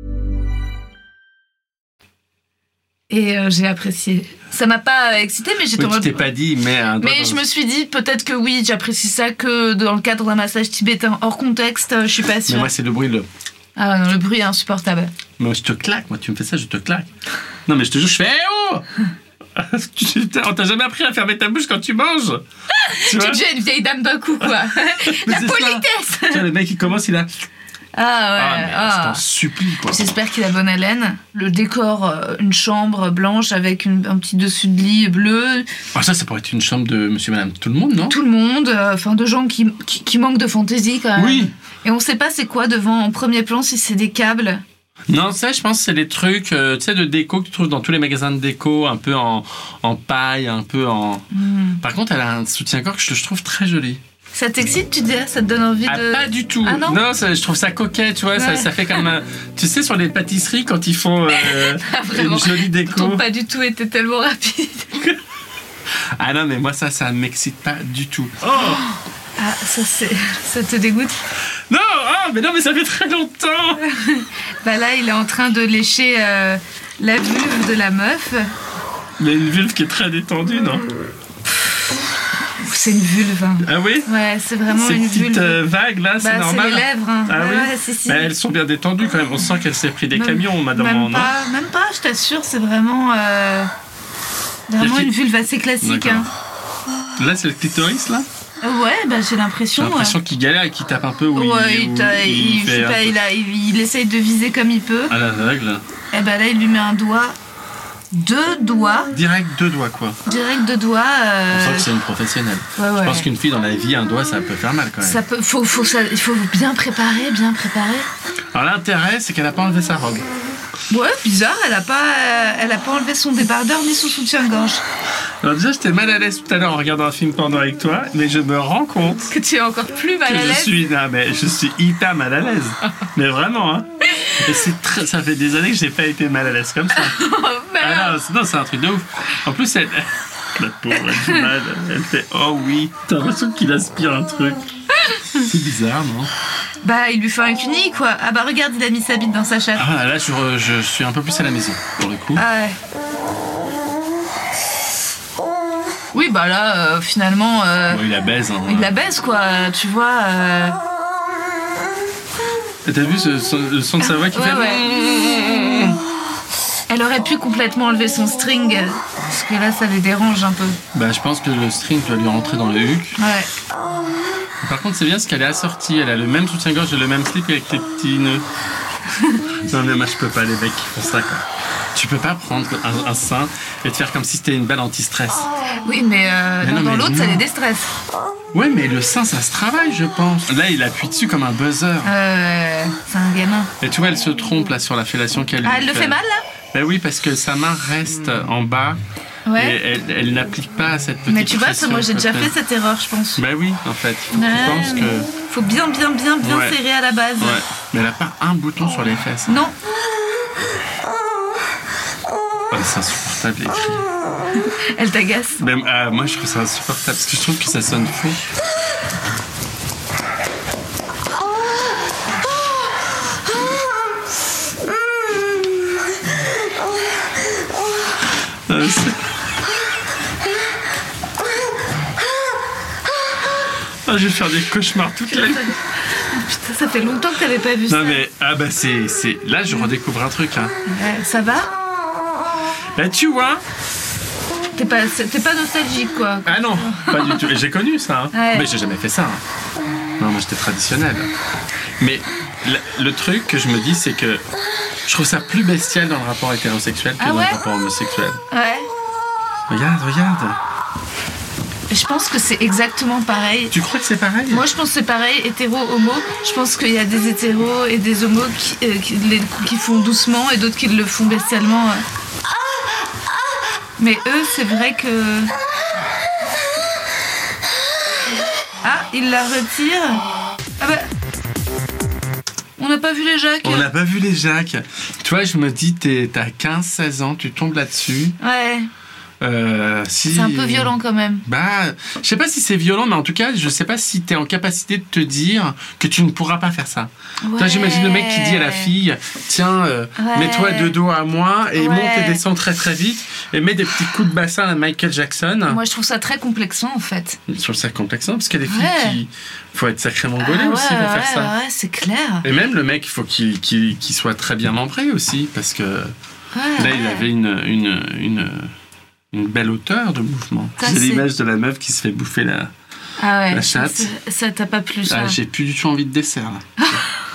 Et euh, j'ai apprécié. Ça m'a pas excitée, mais j'étais Oui, en tu t'es mode... pas dit, mais un doigt Mais dans je le- me suis dit, peut-être que oui, j'apprécie ça que dans le cadre d'un massage tibétain. Hors contexte, euh, je suis pas Mais sûre. moi, c'est le bruit, le... Ah non, le bruit est insupportable. Moi, je te claque. Moi, tu me fais ça, je te claque. Non, mais je te jure, je fais... Eh oh Tu- On t'a jamais appris à fermer ta bouche quand tu manges. Tu vois Tu deviens une vieille dame d'un coup, quoi. Mais La c'est ça. politesse. Tu vois, le mec, il commence, il a... Ah ouais. Ah, mais ah. je t'en supplie, quoi. J'espère qu'il a bonne haleine. Le décor, euh, une chambre blanche avec une- un petit dessus de lit bleu. Ah, ça, ça pourrait être une chambre de monsieur, madame, tout le monde, non? Tout le monde, euh, enfin de gens qui, qui, qui manquent de fantaisie quand même. Oui. Et on sait pas c'est quoi devant en premier plan, si c'est des câbles. Non, ça, je pense que c'est les trucs, euh, tu sais, de déco que tu trouves dans tous les magasins de déco, un peu en, en paille, un peu en... Mm. Par contre, elle a un soutien-corps que je, je trouve très joli. Ça t'excite, tu dis, ça te donne envie Ah, de... pas du tout. Ah non ça, je trouve ça coquet, tu vois. Ça, Ouais. ça fait comme un... Tu sais, sur les pâtisseries, quand ils font euh, Ah, vraiment. une jolie déco. Ton pas du tout était tellement rapide. Ah non, mais moi, ça, ça m'excite pas du tout. Oh Ah, ça c'est... Ça te dégoûte. non, ah, mais non, mais ça fait très longtemps. Bah là, il est en train de lécher euh, la vulve de la meuf. Mais une vulve qui est très détendue, non? C'est une vulve. Hein. Ah oui? Ouais, c'est vraiment Ces une petites vulve. euh, vagues, là, c'est Bah, normal? c'est les lèvres. Hein. Ah ouais, oui? ouais, si, si. Mais elles sont bien détendues quand même. On sent qu'elle s'est pris des Même- camions, madame, Même non? pas, même pas, je t'assure, c'est vraiment, euh, vraiment Y a qui- une vulve assez classique. Hein. D'accord. Là, c'est le clitoris, là? Ouais, bah, j'ai J'ai l'impression. l'impression qu'il galère et qu'il tape un peu. Où ouais, il, il, où t'a- il- je fait sais un pas, peu il, a, il, il essaye de viser comme il peut. à l'aveugle. Et bah là, il lui met un doigt, deux doigts, Direct deux doigts, quoi. direct deux doigts. euh, On sent que c'est une professionnelle. ouais, ouais. Je pense qu'une fille dans la vie, un doigt, ça peut faire mal quand même. Ça peut, faut, faut, ça, il faut bien préparer, bien préparer. Alors l'intérêt, c'est qu'elle a pas enlevé sa robe. Ouais, bizarre, elle a pas, euh, elle a pas enlevé son débardeur ni son soutien-gorge. Alors déjà, j'étais mal à l'aise tout à l'heure en regardant un film porno avec toi, mais je me rends compte Que tu es encore plus mal que à je l'aise. suis, non, mais je suis hyper mal à l'aise. Mais vraiment, hein. Et c'est très, ça fait des années que j'ai pas été mal à l'aise comme ça. Oh, merde. Ah non, c'est- non, c'est un truc de ouf. En plus, elle, la pauvre, elle du mal. Elle fait oh oui. T'as l'impression qu'il aspire un truc. C'est bizarre, non? Bah, il lui fait un cuni, quoi. Ah bah, regarde, il a mis sa bite dans sa chatte. Ah là, je, re- je suis un peu plus à la maison pour le coup. Ah ouais. Oui, bah là, euh, finalement, euh, Bon, il la baise. Hein, il la baise, quoi. Tu vois. euh, T'as vu ce, son- le son de sa voix qui Ouais, fait ouais. Elle aurait pu complètement enlever son string, parce que là, ça les dérange un peu. Bah, je pense que le string doit lui rentrer dans le huc. Ouais. Par contre, c'est bien parce qu'elle est assortie. Elle a le même soutien-gorge et le même slip avec les petits nœuds. Non, mais moi, je peux pas, les mecs qui font ça, quoi. Tu peux pas prendre un, un sein et te faire comme si c'était une balle anti-stress. Oui, mais, euh, Mais l'un non, dans mais l'autre, non. ça les déstresse. Ouais, mais le sein, ça se travaille, je pense. Là, il appuie dessus comme un buzzer. Euh, c'est un gamin. Et tu vois, elle se trompe là sur la fellation qu'elle Ah, lui elle le fait mal, là? Ben oui, parce que sa main reste en bas Ouais. Et elle, elle n'applique pas cette petite Mais tu vois, ça, moi j'ai déjà pression. fait cette erreur, je pense. Bah oui, en fait. Faut Ouais, que tu penses que... Faut bien, bien, bien, bien Ouais. serrer à la base. Ouais. Mais elle a pas un bouton sur les fesses. Non. Oh, c'est insupportable les cris. Elle t'agace. Même, ah, moi je trouve ça insupportable parce que je trouve que ça sonne faux. Euh, c'est... Ah, je vais faire des cauchemars toute la nuit. Putain, ça fait longtemps que t'avais pas vu ça. Non mais, ah bah c'est, c'est... Là je redécouvre un truc hein. Ouais, ça va? Bah tu vois. T'es pas, t'es pas nostalgique quoi. Ah non, pas du tout. Et j'ai connu ça hein. Ouais. Mais j'ai jamais fait ça hein. Non, moi j'étais traditionnel. Mais le, le truc que je me dis c'est que je trouve ça plus bestial dans le rapport hétérosexuel que Ah dans ouais le rapport homosexuel. Ouais. Regarde, regarde. Je pense que c'est exactement pareil. Tu crois que c'est pareil? Moi, je pense que c'est pareil, hétéro, homo. Je pense qu'il y a des hétéros et des homos qui, euh, qui, les, qui font doucement et d'autres qui le font bestialement. euh. Mais eux, c'est vrai que... Ah, il la retire. Ah bah... On n'a pas vu les Jacques. On n'a pas vu les Jacques. Tu vois, je me dis, t'es, t'as quinze seize ans, tu tombes là-dessus. Ouais. Euh, si... C'est un peu violent quand même. Bah, je sais pas si c'est violent, mais en tout cas, je sais pas si t'es en capacité de te dire que tu ne pourras pas faire ça. Ouais. Toi, j'imagine le mec qui dit à la fille, tiens, euh, Ouais. mets-toi de dos à moi et Ouais. monte et descends très très vite et mets des petits coups de bassin à Michael Jackson. Moi, je trouve ça très complexant en fait. Sur le sac complexant, parce qu'il y a des filles Ouais. qui. Faut être sacrément gaulé Ah aussi ouais, pour ouais, faire ça. Ouais, c'est clair. Et même le mec, il faut qu'il, qu'il, qu'il soit très bien membré aussi, parce que Ouais, là, ouais. il avait une, une, une, une belle hauteur de mouvement. Ça, C'est c'est- l'image de la meuf qui se fait bouffer la, Ah ouais. la chatte. Ça, ça t'a pas plu ça? Ah, j'ai plus du tout envie de dessert, là.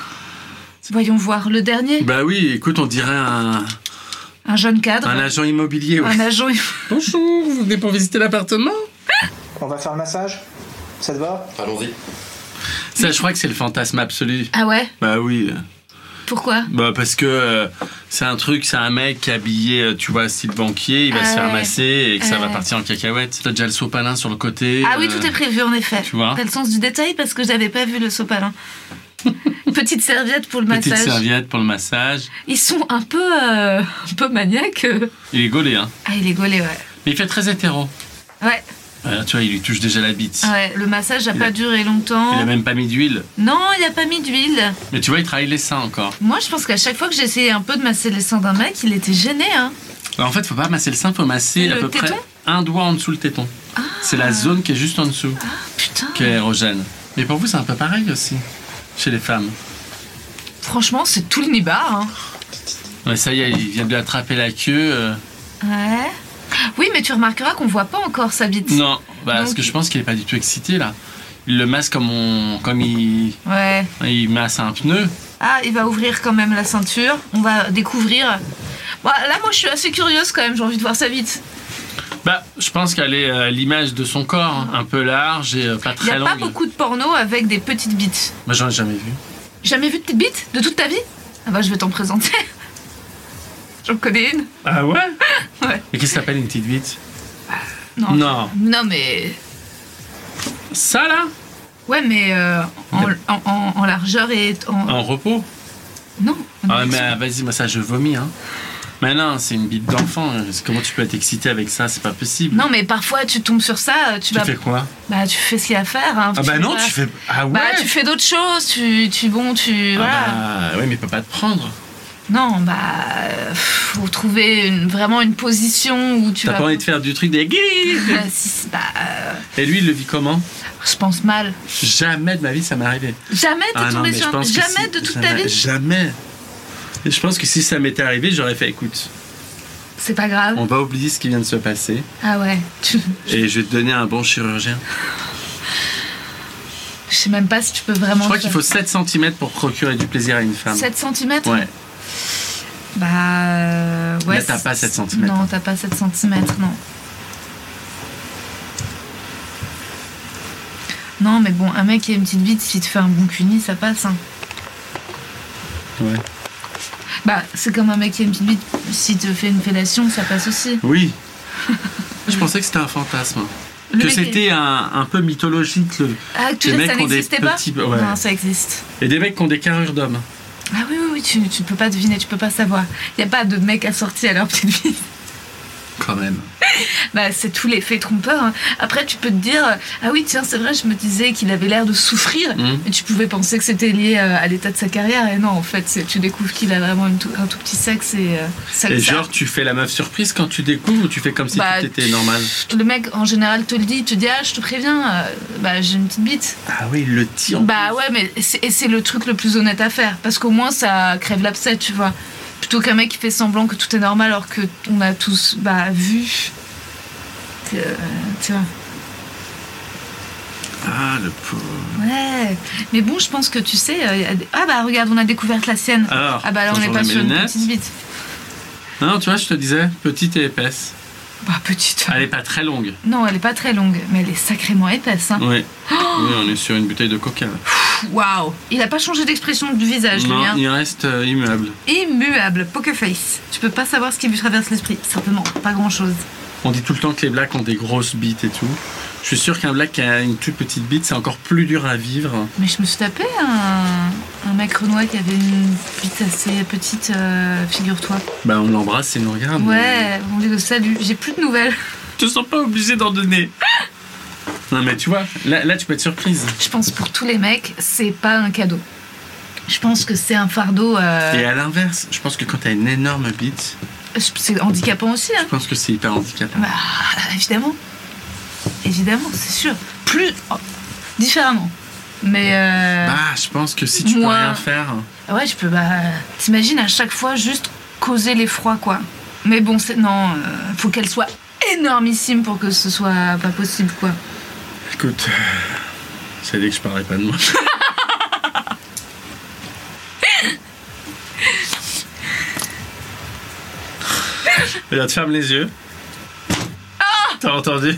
Voyons voir le dernier. Bah oui, écoute, on dirait un, Un jeune cadre. un agent immobilier. Ouais. Un agent. Bonjour, vous venez pour visiter l'appartement? On va faire le massage? Ça te va? Allons-y. Ça, je crois que c'est le fantasme absolu. Ah ouais? Bah oui. Pourquoi? Bah parce que euh, c'est un truc, c'est un mec qui est habillé, euh, tu vois, style banquier, il va Ah se faire ouais. masser et que ça va Ouais. partir en cacahuète. T'as déjà le sopalin sur le côté. Ah oui, euh, tout est prévu en effet. tu vois. T'as le sens du détail parce que j'avais pas vu le sopalin. Petite serviette pour le Petite massage. serviette pour le massage. Ils sont un peu, euh, un peu maniaques. Il est gaulé, hein. Ah, il est gaulé, ouais. Mais il fait très hétéro. Ouais, Voilà, tu vois, il lui touche déjà la bite. ouais. Le massage a Il pas a- duré longtemps. Il a même pas mis d'huile. Non, il a pas mis d'huile. Mais tu vois, il travaille les seins encore. Moi, je pense qu'à chaque fois que j'ai essayé un peu de masser les seins d'un mec, il était gêné, hein. Alors, en fait, faut pas masser le sein, faut masser Le à peu téton près un doigt en dessous le téton. C'est la zone qui est juste en dessous, Putain. qui est érogène. Mais pour vous, c'est un peu pareil aussi, chez les femmes. Franchement, c'est tout le nibar, hein. Ouais, ça y est, il vient de lui attraper la queue. euh. Ouais. Oui, mais tu remarqueras qu'on voit pas encore sa bite. Non, bah, parce Donc- que je pense qu'il est pas du tout excité là. Il le masse comme on, comme il, Ouais. il masse un pneu. Ah, il va ouvrir quand même la ceinture. On va découvrir. Bon, là, moi, je suis assez curieuse quand même. J'ai envie de voir sa bite. Bah, je pense qu'elle est à l'image de son corps, hein, un peu large et euh, pas Il n'y très a pas longue. beaucoup de porno avec des petites bites. Moi, j'en ai jamais vu. Jamais vu de petite bite de toute ta vie? Ah bah, je vais t'en présenter. J'en connais une. Ah ouais? Ouais. Et qu'est-ce que t'appelles une petite bite? Non. Non. Non, mais. Ça là? Ouais, mais euh, en, en- en- en largeur et en. En repos? Non. Ah mais euh, vas-y, moi ça je vomis hein. Mais non, c'est une bite d'enfant. Comment tu peux être excité avec ça? C'est pas possible. Non, mais parfois tu tombes sur ça, tu, Tu vas. fais quoi? Bah, tu fais ce qu'il y a à faire. Hein. Ah bah non, vas- tu fais. Ah ouais? Bah, tu fais d'autres choses. Tu, tu bon, tu. Ah Voilà. bah, ouais, mais il peut pas te prendre. Non, bah. euh, Faut trouver une- vraiment une position où tu T'as vas. pas envie de faire du truc des guides. Euh, si- bah, euh, Et lui, il le vit comment? je pense mal. Jamais de ma vie ça m'est arrivé. Jamais t'es Ah non, tombé mais sur je un- pense que Jamais si- de toute ça ta m'a- vie. Jamais. Et je pense que si ça m'était arrivé, j'aurais fait écoute, C'est pas grave. on va oublier ce qui vient de se passer Ah ouais. Tu- et je vais te donner un bon chirurgien. Je sais même pas si tu peux vraiment. Je crois le qu'il faire. faut sept centimètres pour procurer du plaisir à une femme. sept centimètres. Ouais. Bah. euh, ouais. Là, t'as c'est- pas sept centimètres. Non, t'as pas sept centimètres, non. Non, mais bon, un mec qui a une petite bite, s'il te fait un bon cuni, ça passe. Hein. Ouais. Bah, c'est comme un mec qui a une petite bite, s'il te fait une fellation, ça passe aussi. Oui. Je pensais que c'était un fantasme. Le que mec c'était est... un, un peu mythologique. Le, Ah, que tu les dis que mecs ça ont des n'existait pas petits... ouais. Non, ça existe. Et des mecs qui ont des carrures d'hommes. Ah oui, oui, oui, tu, tu peux pas deviner, tu peux pas savoir. Il n'y a pas de mec assorti à leur petite vie. Quand même. Bah, c'est tout l'effet trompeur. Hein. Après, tu peux te dire, ah oui, tiens, c'est vrai, je me disais qu'il avait l'air de souffrir, mmh. et tu pouvais penser que c'était lié à l'état de sa carrière, et non, en fait, c'est, tu découvres qu'il a vraiment une tout, un tout petit sexe, et euh, ça, Et ça... genre, tu fais la meuf surprise quand tu découvres, ou tu fais comme si bah, tout était normal? Le mec, en général, te le dit, il te dit, ah, je te préviens, euh, bah, j'ai une petite bite. Ah oui, il le dit en Bah plus. ouais, mais c'est, et c'est le truc le plus honnête à faire, parce qu'au moins, ça crève l'abcès, tu vois. Plutôt qu'un mec qui fait semblant que tout est normal, alors que on a tous, bah, vu... Euh, tu vois. Ah, le pauvre. Ouais, mais bon, je pense que tu sais. Euh, y a des... Ah bah regarde, on a découvert la sienne. Alors, ah bah là, on n'est bonjour pas les sur une lunettes. petite bite. Non, tu vois, je te disais, petite et épaisse. Bah petite. Elle est pas très longue. Non, elle est pas très longue, mais elle est sacrément épaisse. Hein. Oui. Oui, on est sur une bouteille de coca. Waouh. Il a pas changé d'expression du visage, lui. Non, Hein. il reste euh, immuable. Immuable, poker face. Tu peux pas savoir ce qui lui traverse l'esprit. Certainement, pas grand chose. On dit tout le temps que les blacks ont des grosses bites et tout. Je suis sûr qu'un black qui a une toute petite bite, c'est encore plus dur à vivre. Mais je me suis tapé un, un mec renois qui avait une bite assez petite, euh, figure-toi. Bah, on l'embrasse et il nous regarde. Ouais, mais... on lui le salue. J'ai plus de nouvelles. Je te sens pas obligé d'en donner. Non, mais tu vois, là, là, tu peux être surprise. Je pense pour tous les mecs, c'est pas un cadeau. Je pense que c'est un fardeau. Euh... Et à l'inverse, je pense que quand t'as une énorme bite, c'est handicapant aussi. Hein. je pense que c'est hyper handicapant. Bah, évidemment. Évidemment, c'est sûr. Plus. Oh, différemment. Mais. Euh... Bah, je pense que si tu moi... peux rien faire. Ouais, je peux. Bah. T'imagines à chaque fois juste causer l'effroi, quoi. Mais bon, c'est. Non, euh, faut qu'elle soit énormissime pour que ce soit pas possible, quoi. Écoute, ça dit que je parlerai pas de moi. Regarde, ferme les yeux. Ah, t'as entendu?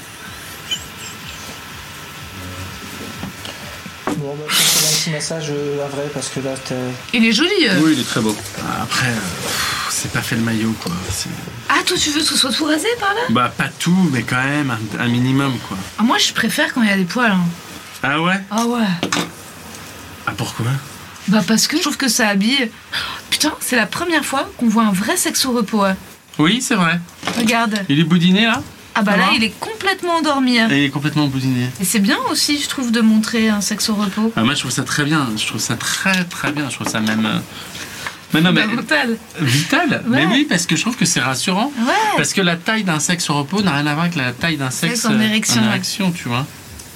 Bon, bah, je fais un petit massage euh, à vrai parce que là, t'es... Il est joli. Euh. Oui, il est très beau. Après, euh, pff, c'est pas fait le maillot, quoi. C'est... Ah, toi, tu veux que ce soit tout rasé par là? Bah, pas tout, mais quand même, un, un minimum, quoi. Ah, moi, je préfère quand il y a des poils. Hein. Ah ouais? Ah ouais. Ah, pourquoi? Bah, parce que je trouve que ça habille. Putain, c'est la première fois qu'on voit un vrai sexe au repos. Hein. Oui, c'est vrai. Regarde. Il est boudiné, là? Ah bah Ça là, va il est complètement endormi. Hein. Et il est complètement boudiné. Et c'est bien aussi, je trouve, de montrer un sexe au repos. Ah, moi, je trouve ça très bien. Je trouve ça très, très bien. Je trouve ça même... Euh... Mais non, mais... Fondamental. Vital. Ouais. Mais oui, parce que je trouve que c'est rassurant. Ouais. Parce que la taille d'un sexe au repos n'a rien à voir avec la taille d'un sexe, Sexe en érection, en ouais. érection, tu vois.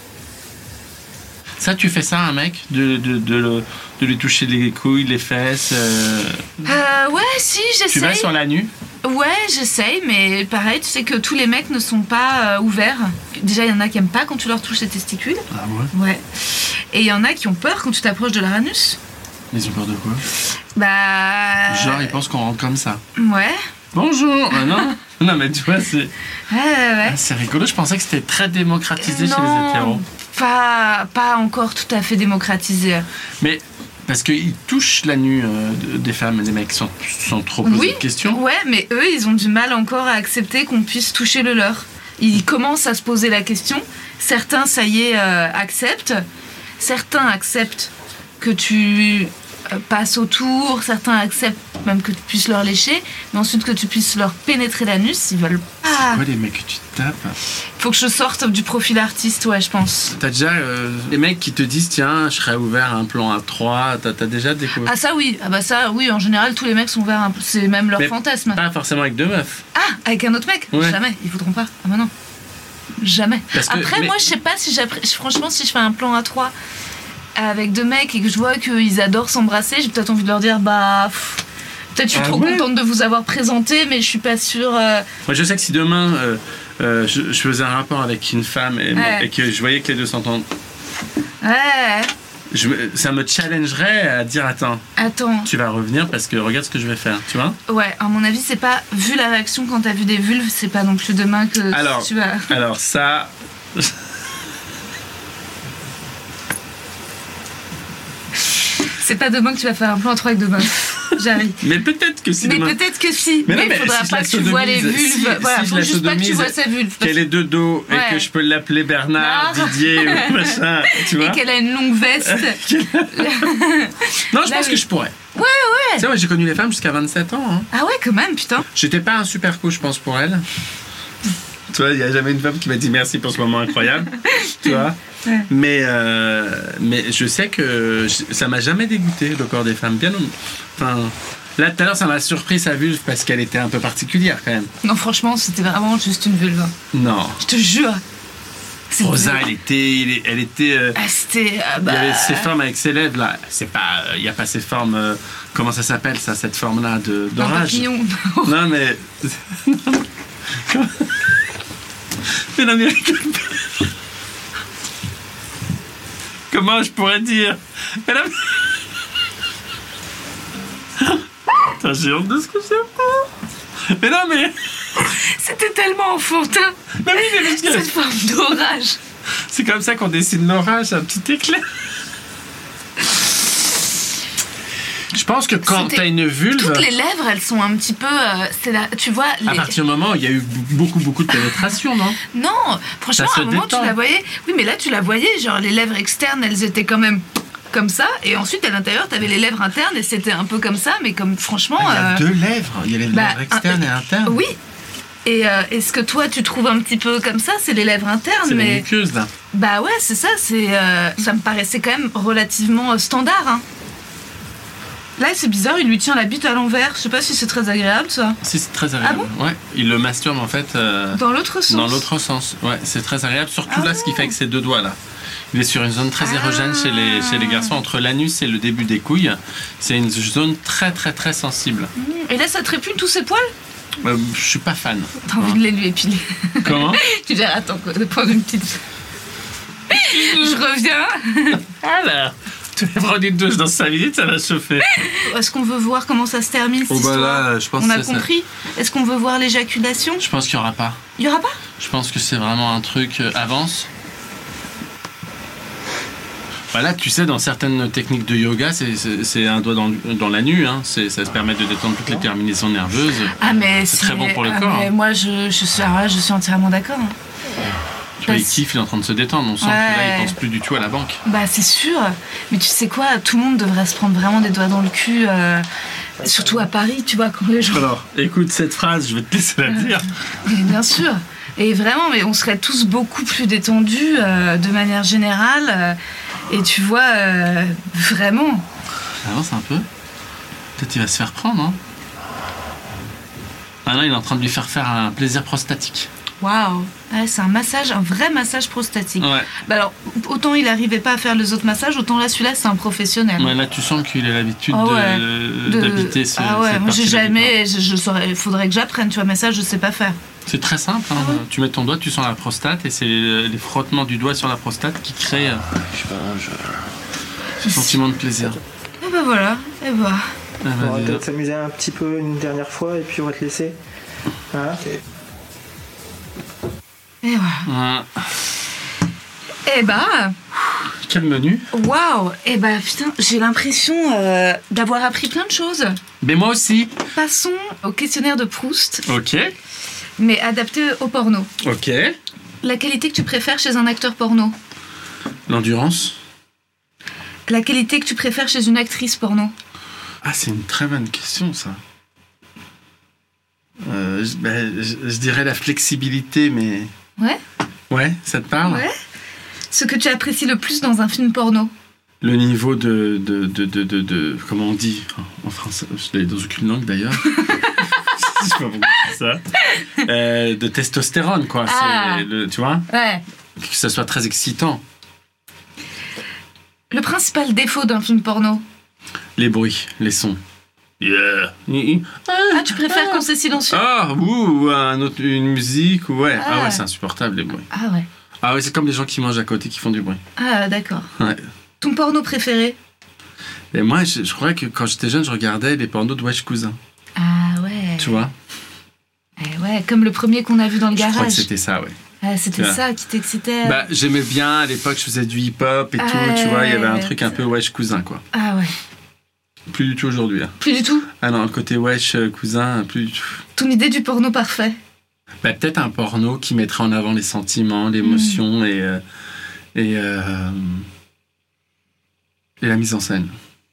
Ça, tu fais ça à un mec, de, de, de, le, de lui toucher les couilles, les fesses. Euh... Euh, ouais, si, j'essaye. Tu vas sur la nuit? Ouais, j'essaye, mais pareil, tu sais que tous les mecs ne sont pas euh, ouverts. Déjà, il y en a qui aiment pas quand tu leur touches les testicules. Ah ouais? Ouais. Et il y en a qui ont peur quand tu t'approches de leur anus. Mais ils ont peur de quoi? Bah. Genre, ils pensent qu'on rentre comme ça. Ouais. Bonjour. Ah non. Non, mais tu vois, c'est... Ouais, ouais, ouais. Ah, c'est rigolo. Je pensais que c'était très démocratisé chez Non, les hétéros. Pas, pas encore tout à fait démocratisé. Mais parce qu'ils touchent la nuit euh, de- des femmes et des mecs sans, sans trop poser Oui, de questions. ouais, mais eux, ils ont du mal encore à accepter qu'on puisse toucher le leur. Ils commencent à se poser la question. Certains, ça y est, euh, acceptent. Certains acceptent que tu euh, passes autour. Certains acceptent même que tu puisses leur lécher. Mais ensuite, que tu puisses leur pénétrer l'anus, ils veulent pas. Quoi, les mecs que tu tapes? Faut que je sorte du profil artiste, ouais, je pense. T'as déjà euh, les mecs qui te disent tiens, je serais ouvert à un plan à trois. T'as, t'as déjà découvert? Ah ça oui, ah bah ça oui, en général tous les mecs sont ouverts, un peu. C'est même leur Mais fantasme. Pas forcément avec deux meufs. Ah, avec un autre mec? Ouais. Jamais, ils voudront pas. Ah bah non. Jamais. Parce que- Après mais- moi je sais pas si j'appré... franchement si je fais un plan à trois avec deux mecs et que je vois qu'ils adorent s'embrasser, j'ai peut-être envie de leur dire bah pff, peut-être je suis Ah trop ouais. contente de vous avoir présenté mais je suis pas sûre. euh, Moi, je sais que si demain euh, euh, je, je faisais un rapport avec une femme et, Ouais. et que je voyais que les deux s'entendent, Ouais. je me- ça me challengerait à dire attends, Attends. tu vas revenir parce que regarde ce que je vais faire, tu vois? Ouais, à mon avis c'est pas vu la réaction quand t'as vu des vulves, c'est pas non plus demain que Alors, tu vas. alors ça. C'est pas demain que tu vas faire un plan à trois avec deux meufs. J'arrive. Mais peut-être que si Mais demain... peut-être que si. Mais, Mais il non, ne faudra si pas que tu vois les vulves. Si, voilà, si faut je la juste pas que tu sodomise, vois sa vulve. qu'elle est de dos Ouais. et que je peux l'appeler Bernard, Non. Didier ou machin, tu vois. Et qu'elle a une longue veste. Non, je Là, pense oui. que je pourrais. Ouais, ouais. Tu sais, moi, j'ai connu les femmes jusqu'à vingt-sept ans. Hein. Ah ouais, quand même, putain. J'étais pas un super coup, je pense, pour elle. Tu vois, il n'y a jamais une femme qui m'a dit merci pour ce moment incroyable. Tu vois. Ouais. Mais, euh, mais je sais que je- ça m'a jamais dégoûté, le corps des femmes. Bien, enfin, là, tout à l'heure, ça m'a surpris sa vulve parce qu'elle était un peu particulière quand même. Non, franchement, c'était vraiment juste une vulve. Non. Je te jure. C'est Rosa, une- elle était. Elle était euh, Ah, c'était. ah, bah... Il y avait ces formes avec ses lèvres là. C'est pas. Il n'y a pas ces formes. euh, comment ça s'appelle ça, cette forme là de Un d'orage. papillon. Non mais. Mais non mais. Comment je pourrais dire Mais non, mais... Putain, j'ai honte de ce que c'est. Mais non mais. C'était tellement enfantin. Mais oui, mais parce que- Cette forme d'orage. C'est comme ça qu'on dessine l'orage, un petit éclair. Je pense que quand C'était- t'as une vulve, Toutes les lèvres, elles sont un petit peu. euh, c'est la, tu vois. à Les... partir du moment où il y a eu beaucoup beaucoup de pénétration, non? Non, franchement, Ça se à un moment, détend. tu la voyais. Oui, mais là, tu la voyais, genre les lèvres externes, elles étaient quand même comme ça. Et ensuite, à l'intérieur, t'avais les lèvres internes et c'était un peu comme ça, mais comme franchement. Ah, il y a euh, deux lèvres, il y a les bah, lèvres externes un- et internes. Oui. Et euh, est-ce que toi, tu trouves un petit peu comme ça, c'est les lèvres internes, C'est les mais. muqueuses là. Bah ouais, c'est ça, c'est, euh, ça me paraissait quand même relativement euh, standard. Hein. Là, c'est bizarre, il lui tient la bite à l'envers. Je sais pas si c'est très agréable, ça. Si, c'est très agréable. Ah Ouais, il le masturbe en fait euh, Dans l'autre sens. dans l'autre sens. Ouais, c'est très agréable, surtout Ah là ce qu'il fait avec ses deux doigts là. Il est sur une zone très Ah. érogène chez les, chez les garçons, entre l'anus et le début des couilles. C'est une zone très très très sensible. Et là, ça te répugne tous ces poils? Euh, je suis pas fan. T'as envie de les lui épiler. Comment? Tu dis, attends, quoi, de prendre une petite. Je reviens. Alors, tu vas prendre une douche dans cinq minutes, ça va chauffer. Est-ce qu'on veut voir comment ça se termine, cette Oh bah histoire? là, je pense On que a c'est ça. compris. Est-ce qu'on veut voir l'éjaculation? Je pense qu'il y aura pas. Il y aura pas? Je pense que c'est vraiment un truc euh, avance. Bah là, tu sais, dans certaines techniques de yoga, c'est, c'est, c'est un doigt dans, le- dans la nuque. Hein. C'est, ça se permet de détendre toutes les terminaisons nerveuses. Ah, mais C'est très bon pour le ah, corps, mais hein. moi, je, je, suis, alors là, je suis entièrement d'accord. hein. Tu vois, il Parce- kiffe, il est en train de se détendre. On sent que là, Ouais. il pense plus du tout à la banque. Bah c'est sûr, mais tu sais quoi, tout le monde devrait se prendre vraiment des doigts dans le cul, euh, surtout à Paris, tu vois, quand les gens... Alors, écoute cette phrase, je vais te laisser la dire. Mais bien sûr, et vraiment, mais on serait tous beaucoup plus détendus euh, de manière générale, euh, et tu vois, euh, vraiment... Avance un peu. Peut-être il va se faire prendre, hein. Ah non, il est en train de lui faire faire un plaisir prostatique. Waouh, ouais, c'est un massage, un vrai massage prostatique. Ouais. Bah alors, autant il n'arrivait pas à faire les autres massages, autant là, celui-là, c'est un professionnel. Ouais, là, tu sens qu'il a l'habitude Ah ouais. de, De- d'habiter ce Ah ouais, cette moi j'ai partie-là du corps. jamais, je, je saurais, faudrait que j'apprenne, tu vois, mais ça, je sais pas faire. C'est très simple. Hein. Ah ouais. Tu mets ton doigt, tu sens la prostate et c'est les les frottements du doigt sur la prostate qui créent euh, Je sais pas, je... ce sentiment de plaisir. Et bah voilà, et bah... Ah, On va vas-y, peut-être hop. s'amuser un petit peu une dernière fois et puis on va te laisser. Hein? Et voilà. Ah, Eh bah, quel menu. waouh, eh bah putain, j'ai l'impression euh, d'avoir appris plein de choses. Mais moi aussi. Passons au questionnaire de Proust, Ok. mais adapté au porno. Ok. La qualité que tu préfères chez un acteur porno. L'endurance. La qualité que tu préfères chez une actrice porno. Ah, c'est une très bonne question, ça. Euh, je, ben, je- je dirais la flexibilité, mais... Ouais, Ouais, ça te parle? ouais. Ce que tu apprécies le plus dans un film porno. Le niveau de, de, de, de, de, de- comment on dit en français, je l'ai dans aucune langue d'ailleurs. Je sais pas pourquoi je dis ça. Euh, de testostérone, quoi. Ah. C'est le, tu vois, Ouais. que ça soit très excitant. Le principal défaut d'un film porno. Les bruits, les sons. Yeah. Ah, tu préfères quand c'est silencieux? Ah, ou un autre, une musique, ou ouais. Ah, Ah. ouais, c'est insupportable les bruits. Ah ouais. Ah ouais, c'est comme les gens qui mangent à côté qui font du bruit. Ah d'accord. Ouais. Ton porno préféré? Et moi, je, je crois que quand j'étais jeune, je regardais les pornos de Wesh Cousin. Ah ouais. Tu vois? Eh ouais, comme le premier qu'on a vu dans le Je crois que garage. c'était ça, ouais. Ah, c'était Ouais. ça qui t'excitait. Bah, j'aimais bien, à l'époque, je faisais du hip-hop et Ah tout, tu vois, il y avait un ouais. truc un peu Wesh Cousin, quoi. Ah ouais. plus du tout aujourd'hui. Là. Plus du tout. Ah non, le côté wesh, cousin, plus du tout. Ton idée du porno parfait. Bah, peut-être un porno qui mettrait en avant les sentiments, l'émotion mmh. et, euh, et, euh, et la mise en scène.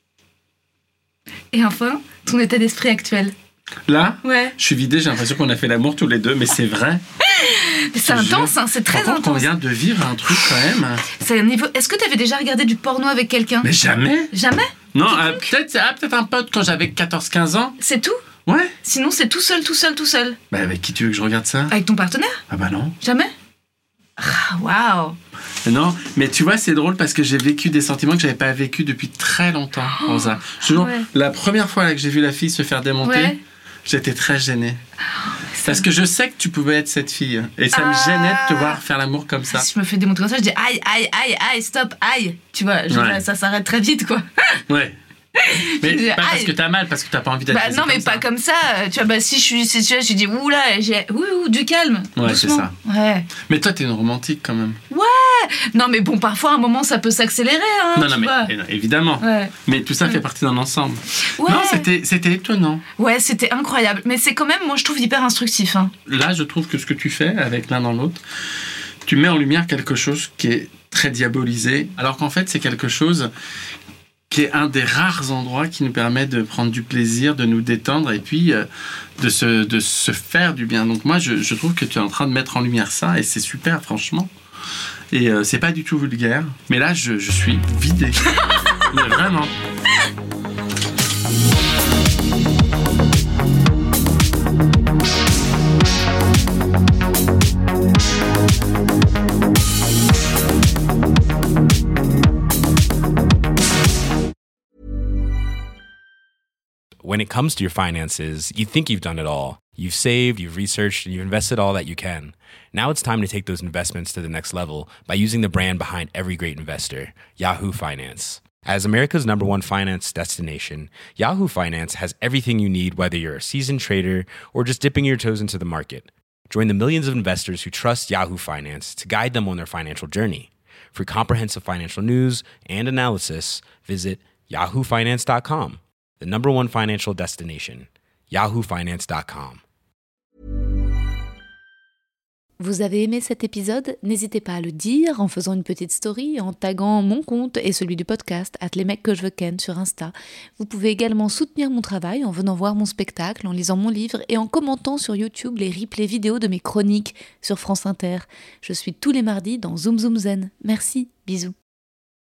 Et enfin, ton état d'esprit actuel. Là, ouais. je suis vidé, j'ai l'impression qu'on a fait l'amour tous les deux, mais c'est vrai. Mais c'est intense, hein, c'est très Par contre, intense. on vient de vivre un truc quand même. C'est un niveau... Est-ce que tu avais déjà regardé du porno avec quelqu'un ? Mais jamais. Jamais ? Non, euh, peut-être, ah, peut-être un pote quand j'avais quatorze quinze ans. C'est tout ? Ouais. Sinon, c'est tout seul, tout seul, tout seul. Bah, avec qui tu veux que je regarde ça ? Avec ton partenaire ? Ah bah non. Jamais ? Ah, waouh. Non, mais tu vois, c'est drôle parce que j'ai vécu des sentiments que j'avais pas vécu depuis très longtemps, Rosa. Oh, ouais. La première fois là, que j'ai vu la fille se faire démonter, ouais. j'étais très gênée. Parce que je sais que tu pouvais être cette fille. Et ça ah. me gênait de te voir faire l'amour comme ça. Si je me fais démonter comme ça, je dis aïe, aïe, aïe, aïe, stop, aïe. Tu vois, je, ouais. ça s'arrête très vite, quoi. Ouais. Mais dis, pas aïe. Parce que t'as mal, parce que t'as pas envie d'être bah non, mais comme pas ça. comme ça. Tu vois, bah si je suis, si tu vois, j'ai dit oula, j'ai ouh, ouh, du calme. Ouais, doucement. c'est ça. Ouais. Mais toi, t'es une romantique quand même. Ouais. Non, mais bon, parfois, à un moment, ça peut s'accélérer. Hein, non, non, mais vois. évidemment. Ouais. Mais tout ça ouais. fait partie d'un ensemble. Ouais. Non, c'était, c'était étonnant. Ouais, c'était incroyable. Mais c'est quand même, moi, je trouve hyper instructif. Hein. Là, je trouve que ce que tu fais avec l'un dans l'autre, tu mets en lumière quelque chose qui est très diabolisé, alors qu'en fait, c'est quelque chose qui est un des rares endroits qui nous permet de prendre du plaisir, de nous détendre et puis euh, de, se, de se faire du bien. Donc moi, je, je trouve que tu es en train de mettre en lumière ça et c'est super, franchement. Et euh, c'est pas du tout vulgaire. Mais là, je, je suis vidé. Mais vraiment. When it comes to your finances, you think you've done it all. You've saved, you've researched, and you've invested all that you can. Now it's time to take those investments to the next level by using the brand behind every great investor, Yahoo Finance. As America's number one finance destination, Yahoo Finance has everything you need, whether you're a seasoned trader or just dipping your toes into the market. Join the millions of investors who trust Yahoo Finance to guide them on their financial journey. For comprehensive financial news and analysis, visit yahoo finance dot com. The number one financial destination, yahoo finance dot com. Vous avez aimé cet épisode ? N'hésitez pas à le dire en faisant une petite story, en taguant mon compte et celui du podcast, at les mecs que je veux ken sur Insta. Vous pouvez également soutenir mon travail en venant voir mon spectacle, en lisant mon livre et en commentant sur YouTube les replays vidéo de mes chroniques sur France Inter. Je suis tous les mardis dans Zoom Zoom Zen. Merci, bisous.